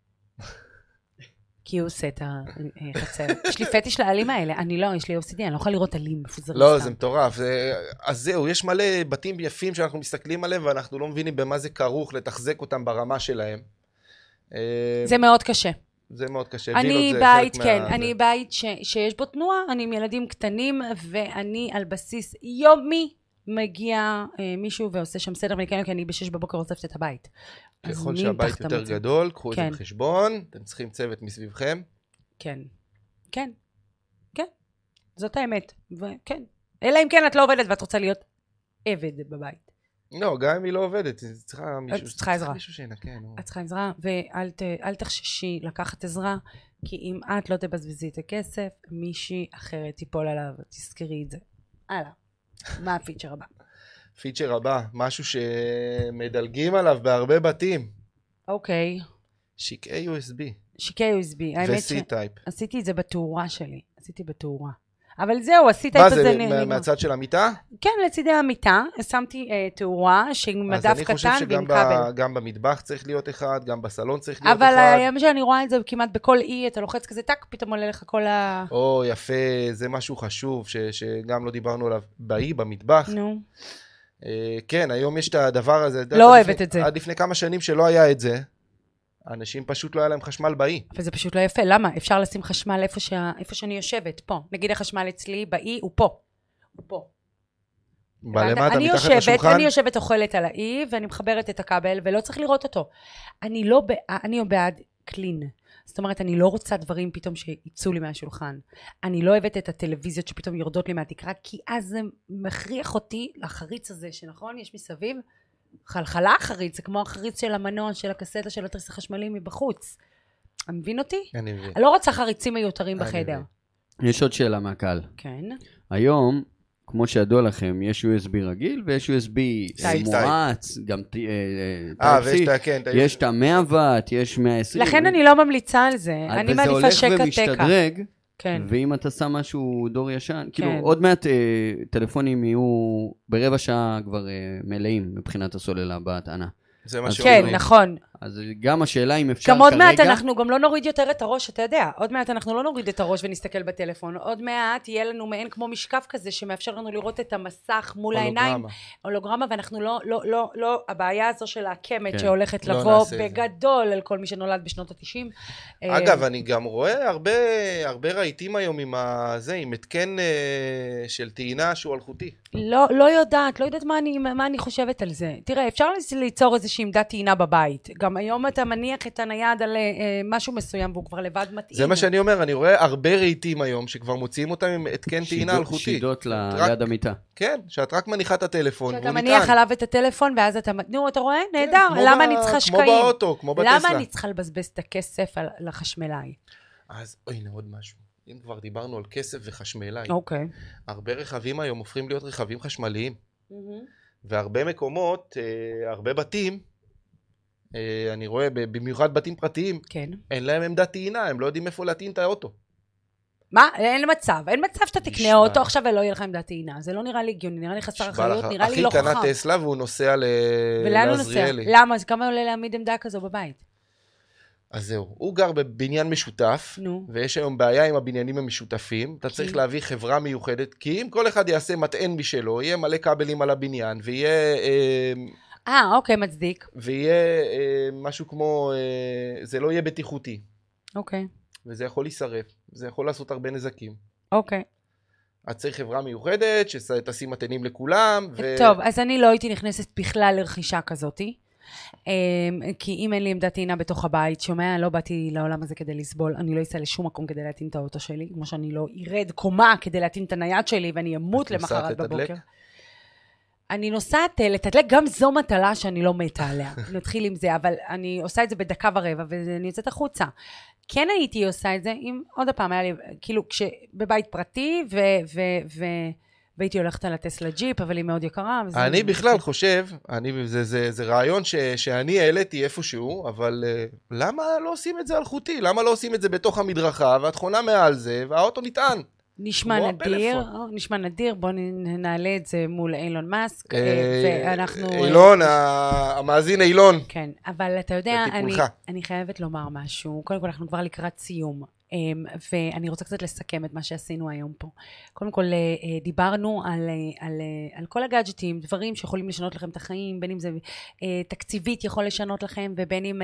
כי הוא עושה את החצר. יש לי פטיש לעלים האלה. יש לי OCD, אני לא יכולה לראות עלים מפוזרים. לא, זה מטורף. אז זהו, יש מלא בתים יפים שאנחנו מסתכלים עליהם, ואנחנו לא מבינים במה זה כרוך לתחזק אותם ברמה שלהם. זה מאוד קשה. זה מאוד קשה. אני בית שיש בו תנועה, אני עם ילדים קטנים, ואני על בסיס יומי, מגיע מישהו ועושה שם סדר, כי אני ב-6 בבוקר אוספת את הבית. ככל שהבית יותר גדול, קחו את זה בחשבון, אתם צריכים צוות מסביבכם. כן, כן, כן, זאת האמת, וכן. אלא אם כן את לא עובדת ואת רוצה להיות עבד בבית. לא, גם אם היא לא עובדת, היא צריכה מישהו שינקה. את צריכה עזרה, ואל תחששי לקחת עזרה, כי אם את לא תבזבזי את הכסף, מישהי אחרת תיפול עליו, תזכרי את זה. הלאה. מה הפיצ'ר הבא? פיצ'ר הבא, משהו שמדלגים עליו בהרבה בתים. אוקיי. שקעי USB. שקעי USB. ו-C-Type. עשיתי את זה בתאורה שלי. עשיתי בתאורה. אבל זהו, ה-C-Type הזה... מה זה, מהצד של המיטה? כן, לצידי המיטה. שמתי תאורה שעם מדף קטן ועם כבל. אז אני חושב שגם במטבח צריך להיות אחד, גם בסלון צריך להיות אחד. אבל היום שאני רואה את זה כמעט בכל אי, אתה לוחץ כזה טק, פתאום עולה לך כל ה... יפה, זה משהו חשוב, שגם לא דיברנו עליו באי, במטבח. נו. כן, היום יש את הדבר הזה. לא אוהבת את זה. עד לפני כמה שנים שלא היה את זה, אנשים פשוט לא היה להם חשמל באי. אבל זה פשוט לא יפה. למה? אפשר לשים חשמל איפה שאני יושבת, פה. נגיד החשמל אצלי באי הוא פה. הוא פה. למטה, מתחת לשולחן? אני יושבת אוכלת על האי, ואני מחברת את הכבל, ולא צריך לראות אותו. אני בעד קלין. זאת אומרת, אני לא רוצה דברים פתאום שיצאו לי מהשולחן. אני לא אוהבת את הטלוויזיות שפתאום יורדות לי מהתקרה, כי אז זה מכריח אותי לחריץ הזה, שנכון, יש מסביב, חלחלה החריץ, זה כמו החריץ של המנוע, של הקסטה, של התריס החשמלי מבחוץ. אתה מבין אותי? אני מבין. אני לא רוצה חריצים מיותרים בחדר. יש עוד שאלה מהקהל. כן. היום, כמו שידוע לכם, יש USB רגיל ויש USB מואץ, גם יש את ה-100 וואט, יש 120. לכן אני לא ממליצה על זה, אני מעדיפה שקע תקע. וזה הולך ומשתדרג, ואם אתה שם משהו דור ישן, כאילו עוד מעט טלפונים יהיו ברבע שעה כבר מלאים מבחינת הסוללה בהטענה. זה מה שאומרים. כן, נכון. אז גם השאלה אם אפשר כרגע... גם עוד מעט אנחנו גם לא נוריד יותר את הראש, אתה יודע, עוד מעט אנחנו לא נוריד את הראש ונסתכל בטלפון, עוד מעט יהיה לנו מעין כמו משקף כזה שמאפשר לנו לראות את המסך מול העיניים, הולוגרמה, ואנחנו לא, הבעיה הזו של הקמת שהולכת לבוא בגדול על כל מי שנולד בשנות ה-90. אגב, אני גם רואה הרבה רהיטים היום עם התקן של טעינה שהוא אלחוטי. לא יודעת מה אני חושבת על זה. תראה, אפשר ליצור איזושהי עמדת טעינה בבית. גם היום אתה מניח את הנייד על משהו מסוים, והוא כבר לבד מתאים. זה מה שאני אומר, אני רואה הרבה רהיטים היום, שכבר מוציאים אותם עם התקן טעינה אלחוטי. שידות ליד המיטה. כן, שאת רק מניחה את הטלפון, שאתה מניח עליו את הטלפון, ואז אתה רואה? נהדר. למה אני צריכה שקעים? כמו באוטו, כמו בטסלה. למה אני צריכה לבזבז את הכסף לחשמלאי? אז, הנה עוד משהו. אם כבר דיברנו על כסף וחשמלאי. אוקיי. הרבה רכבים היום הופכים להיות רכבים חשמליים. והרבה מקומות, הרבה בתים, אני רואה, במיוחד בתים פרטיים, כן. אין להם עמדת טעינה, הם לא יודעים איפה להטעין את האוטו. מה? אין מצב שאתה תקנה אוטו עכשיו ולא יהיה לך עמדת טעינה. זה לא נראה לי הגיוני, נראה לי חסר אחריות, נראה לי לא חכם. אחי קנה טסלה והוא נוסע לעזריאלי. למה? אז כמה עולה להעמיד עמדה כזו בבית? אז זהו, הוא גר בבניין משותף, ויש היום בעיה עם הבניינים המשותפים, אתה צריך להביא חברה מיוחדת, כי אם כל אחד יעשה מטען משלו, יהיה מלא כבלים על הבניין, ויהיה... אוקיי, מצדיק. ויהיה משהו כמו, זה לא יהיה בטיחותי. אוקיי. וזה יכול להישרף, זה יכול לעשות הרבה נזקים. אוקיי. את צריך חברה מיוחדת, שתשים מטענים לכולם, טוב, אז אני לא הייתי נכנסת בכלל לרכישה כזאתי, כי אם אין לי עמדת טעינה בתוך הבית, שומע, לא באתי לעולם הזה כדי לסבול, אני לא אסע לשום מקום כדי להטעין את האוטו שלי, כמו שאני לא ארד קומה כדי להטעין את הנייד שלי, ואני אמות למחרת בבוקר. אני נוסעת לתדלק, גם זו מטלה שאני לא מתה עליה, נתחיל עם זה, אבל אני עושה את זה בדקה ורבע, ואני יוצאת החוצה. כן הייתי עושה את זה, אם עוד הפעם היה לי, כאילו, בבית פרטי, והייתי הולכת על הטסלה ג'יפ, אבל היא מאוד יקרה. אני בכלל חושב, זה רעיון שאני העליתי איפשהו, אבל למה לא עושים את זה אלחוטי? למה לא עושים את זה בתוך המדרכה, ואת חונה מעל זה, והאוטו נטען? נשמע נדיר, בואו נעלה את זה מול אילון מאסק, ואנחנו... אילון, המאזין אילון. כן, אבל אתה יודע, אני חייבת לומר משהו, קודם כל אנחנו כבר לקראת סיום, ואני רוצה קצת לסכם את מה שעשינו היום פה. קודם כל, דיברנו על כל הגאדג'טים, דברים שיכולים לשנות לכם את החיים, בין אם זה תקציבית יכול לשנות לכם, ובין אם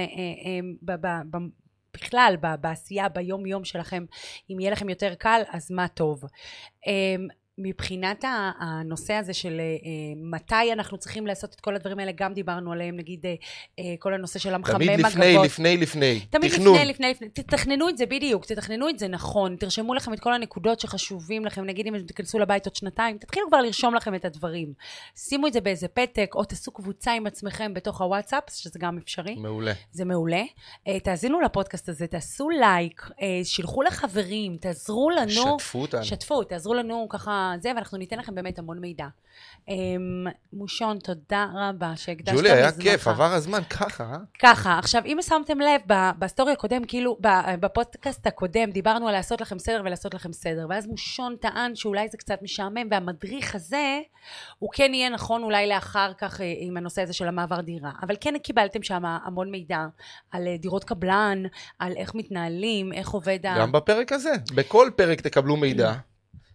בכלל, בעשייה, ביום יום שלכם, אם יהיה לכם יותר קל, אז מה טוב. מבחינת הנושא הזה של מתי אנחנו צריכים לעשות את כל הדברים האלה, גם דיברנו עליהם, נגיד כל הנושא של המחמם הגבות. תמיד לפני, תמיד לפני, תתכננו את זה בדיוק, תתכננו את זה נכון, תרשמו לכם את כל הנקודות שחשובים לכם, נגיד אם תכנסו לבית עוד שנתיים, תתחילו כבר לרשום לכם את הדברים. שימו את זה באיזה פתק, או תעשו קבוצה עם עצמכם בתוך הוואטסאפ, שזה גם אפשרי. מעולה. זה מעולה. תאזינו לפודקאסט הזה, תעשו לייק, שילחו לחברים, תעזרו לנו. שתפו, תעזרו לנו ככה זה, ואנחנו ניתן לכם באמת המון מידע. מושון, תודה רבה שהקדשת מזמנך. ג'ולי, היה כיף, עבר הזמן ככה. ככה, עכשיו, אם שמתם לב, בסטורי הקודם, כאילו, בפודקאסט הקודם, דיברנו על לעשות לכם סדר ולעשות לכם סדר, ואז מושון טען שאולי זה קצת משעמם, והמדריך הזה, הוא כן יהיה נכון אולי לאחר כך עם הנושא הזה של המעבר דירה, אבל כן קיבלתם שם המון מידע על דירות קבלן, על איך מתנהלים, איך עובד גם בפרק הזה, בכל פרק תקבלו מידע.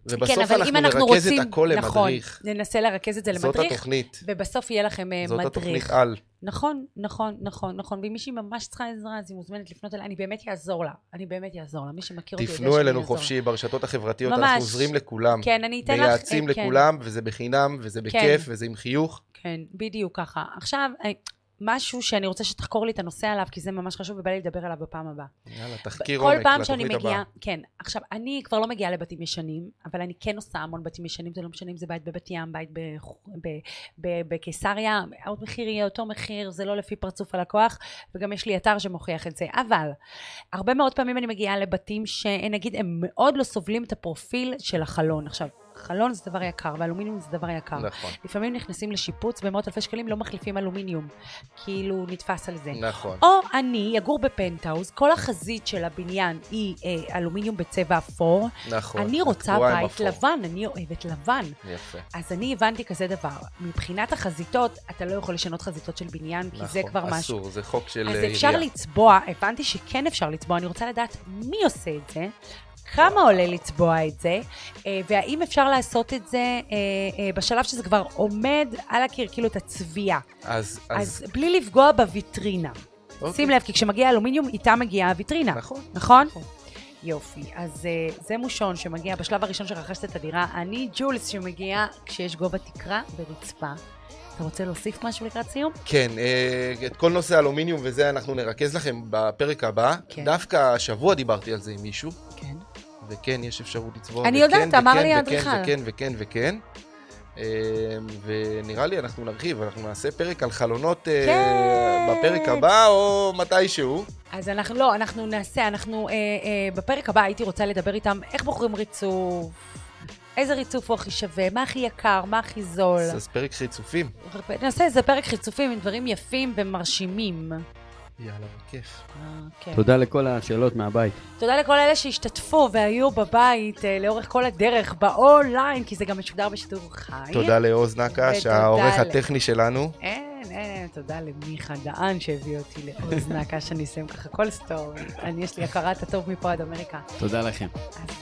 ובסוף אנחנו נרכז את הכל למדריך. ננסה לרכז את זה למדריך. זאת התוכנית. ובסוף יהיה לכם מדריך. זאת התוכנית על. נכון. ואם מישהי ממש צריכה עזרה, אז היא מוזמנת לפנות אליה, אני באמת יעזור לה. מי שמכיר אותי יודע שאני תפנו אלינו חופשי ברשתות החברתיות, אנחנו עוזרים לכולם. כן, אני אתן לך. מייעצים לכולם, וזה בחינם, וזה בכיף, וזה עם חיוך. כן, בדיוק ככה. עכשיו, משהו שאני רוצה שתחקור לי את הנושא עליו, כי זה ממש חשוב ובא לי לדבר עליו בפעם הבאה. יאללה, תחקיר עומק לתוכנית הבאה. כן, עכשיו, אני כבר לא מגיעה לבתים ישנים, אבל אני כן עושה המון בתים ישנים, זה לא משנה אם זה בית בבת ים, בית בקיסריה, המחיר יהיה אותו מחיר, זה לא לפי פרצוף הלקוח, וגם יש לי אתר שמוכיח את זה. אבל, הרבה מאוד פעמים אני מגיעה לבתים שנגיד, הם מאוד לא סובלים את הפרופיל של החלון. עכשיו, חלון זה דבר יקר, ואלומיניום זה דבר יקר. נכון. לפעמים נכנסים לשיפוץ, במאות אלפי שקלים לא מחליפים אלומיניום, כאילו נתפס על זה. נכון. או אני יגור בפנטהאוז, כל החזית של הבניין היא אלומיניום בצבע אפור. נכון. אני רוצה בית לבן, אני אוהבת לבן. יפה. אז אני הבנתי כזה דבר. מבחינת החזיתות, אתה לא יכול לשנות חזיתות של בניין, כי זה כבר משהו. אסור, זה חוק של עירייה. אז אפשר לצבוע, הבנתי שכן אפשר לצבוע, אני רוצה לדעת מי עושה את זה. כמה עולה לצבוע את זה, והאם אפשר לעשות את זה בשלב שזה כבר עומד על הקיר, כאילו את הצביעה. אז בלי לפגוע בוויטרינה. שים לב, כי כשמגיע אלומיניום, איתה מגיעה הוויטרינה. נכון? יופי. אז זה מושון שמגיע בשלב הראשון שרכשת את הדירה. אני ג'ולס שמגיע כשיש גובה תקרה ורצפה. אתה רוצה להוסיף משהו לקראת סיום? כן, את כל נושא אלומיניום וזה אנחנו נרכז לכם בפרק הבא. דווקא השבוע דיברתי על זה עם מישהו. כן. וכן, יש אפשרות לצבוע. אני יודעת, אמר לי האדריכל. וכן. ונראה לי אנחנו נרחיב, אנחנו נעשה פרק על חלונות בפרק הבא או מתישהו. אז אנחנו נעשה, בפרק הבא הייתי רוצה לדבר איתם איך בוחרים ריצוף, איזה ריצוף הוא הכי שווה, מה הכי יקר, מה הכי זול. אז פרק חיצופים. נעשה איזה פרק חיצופים עם דברים יפים ומרשימים. יאללה, בכיף. תודה לכל השאלות מהבית. תודה לכל אלה שהשתתפו והיו בבית לאורך כל הדרך באונליין, כי זה גם משודר בשידור חי. תודה לעוז נקש, העורך הטכני שלנו. אין, תודה למיכה דען שהביא אותי לעוז נקש, אני אסיים ככה כל סטורי. יש לי הכרת הטוב מפה עד אמריקה. תודה לכם. אז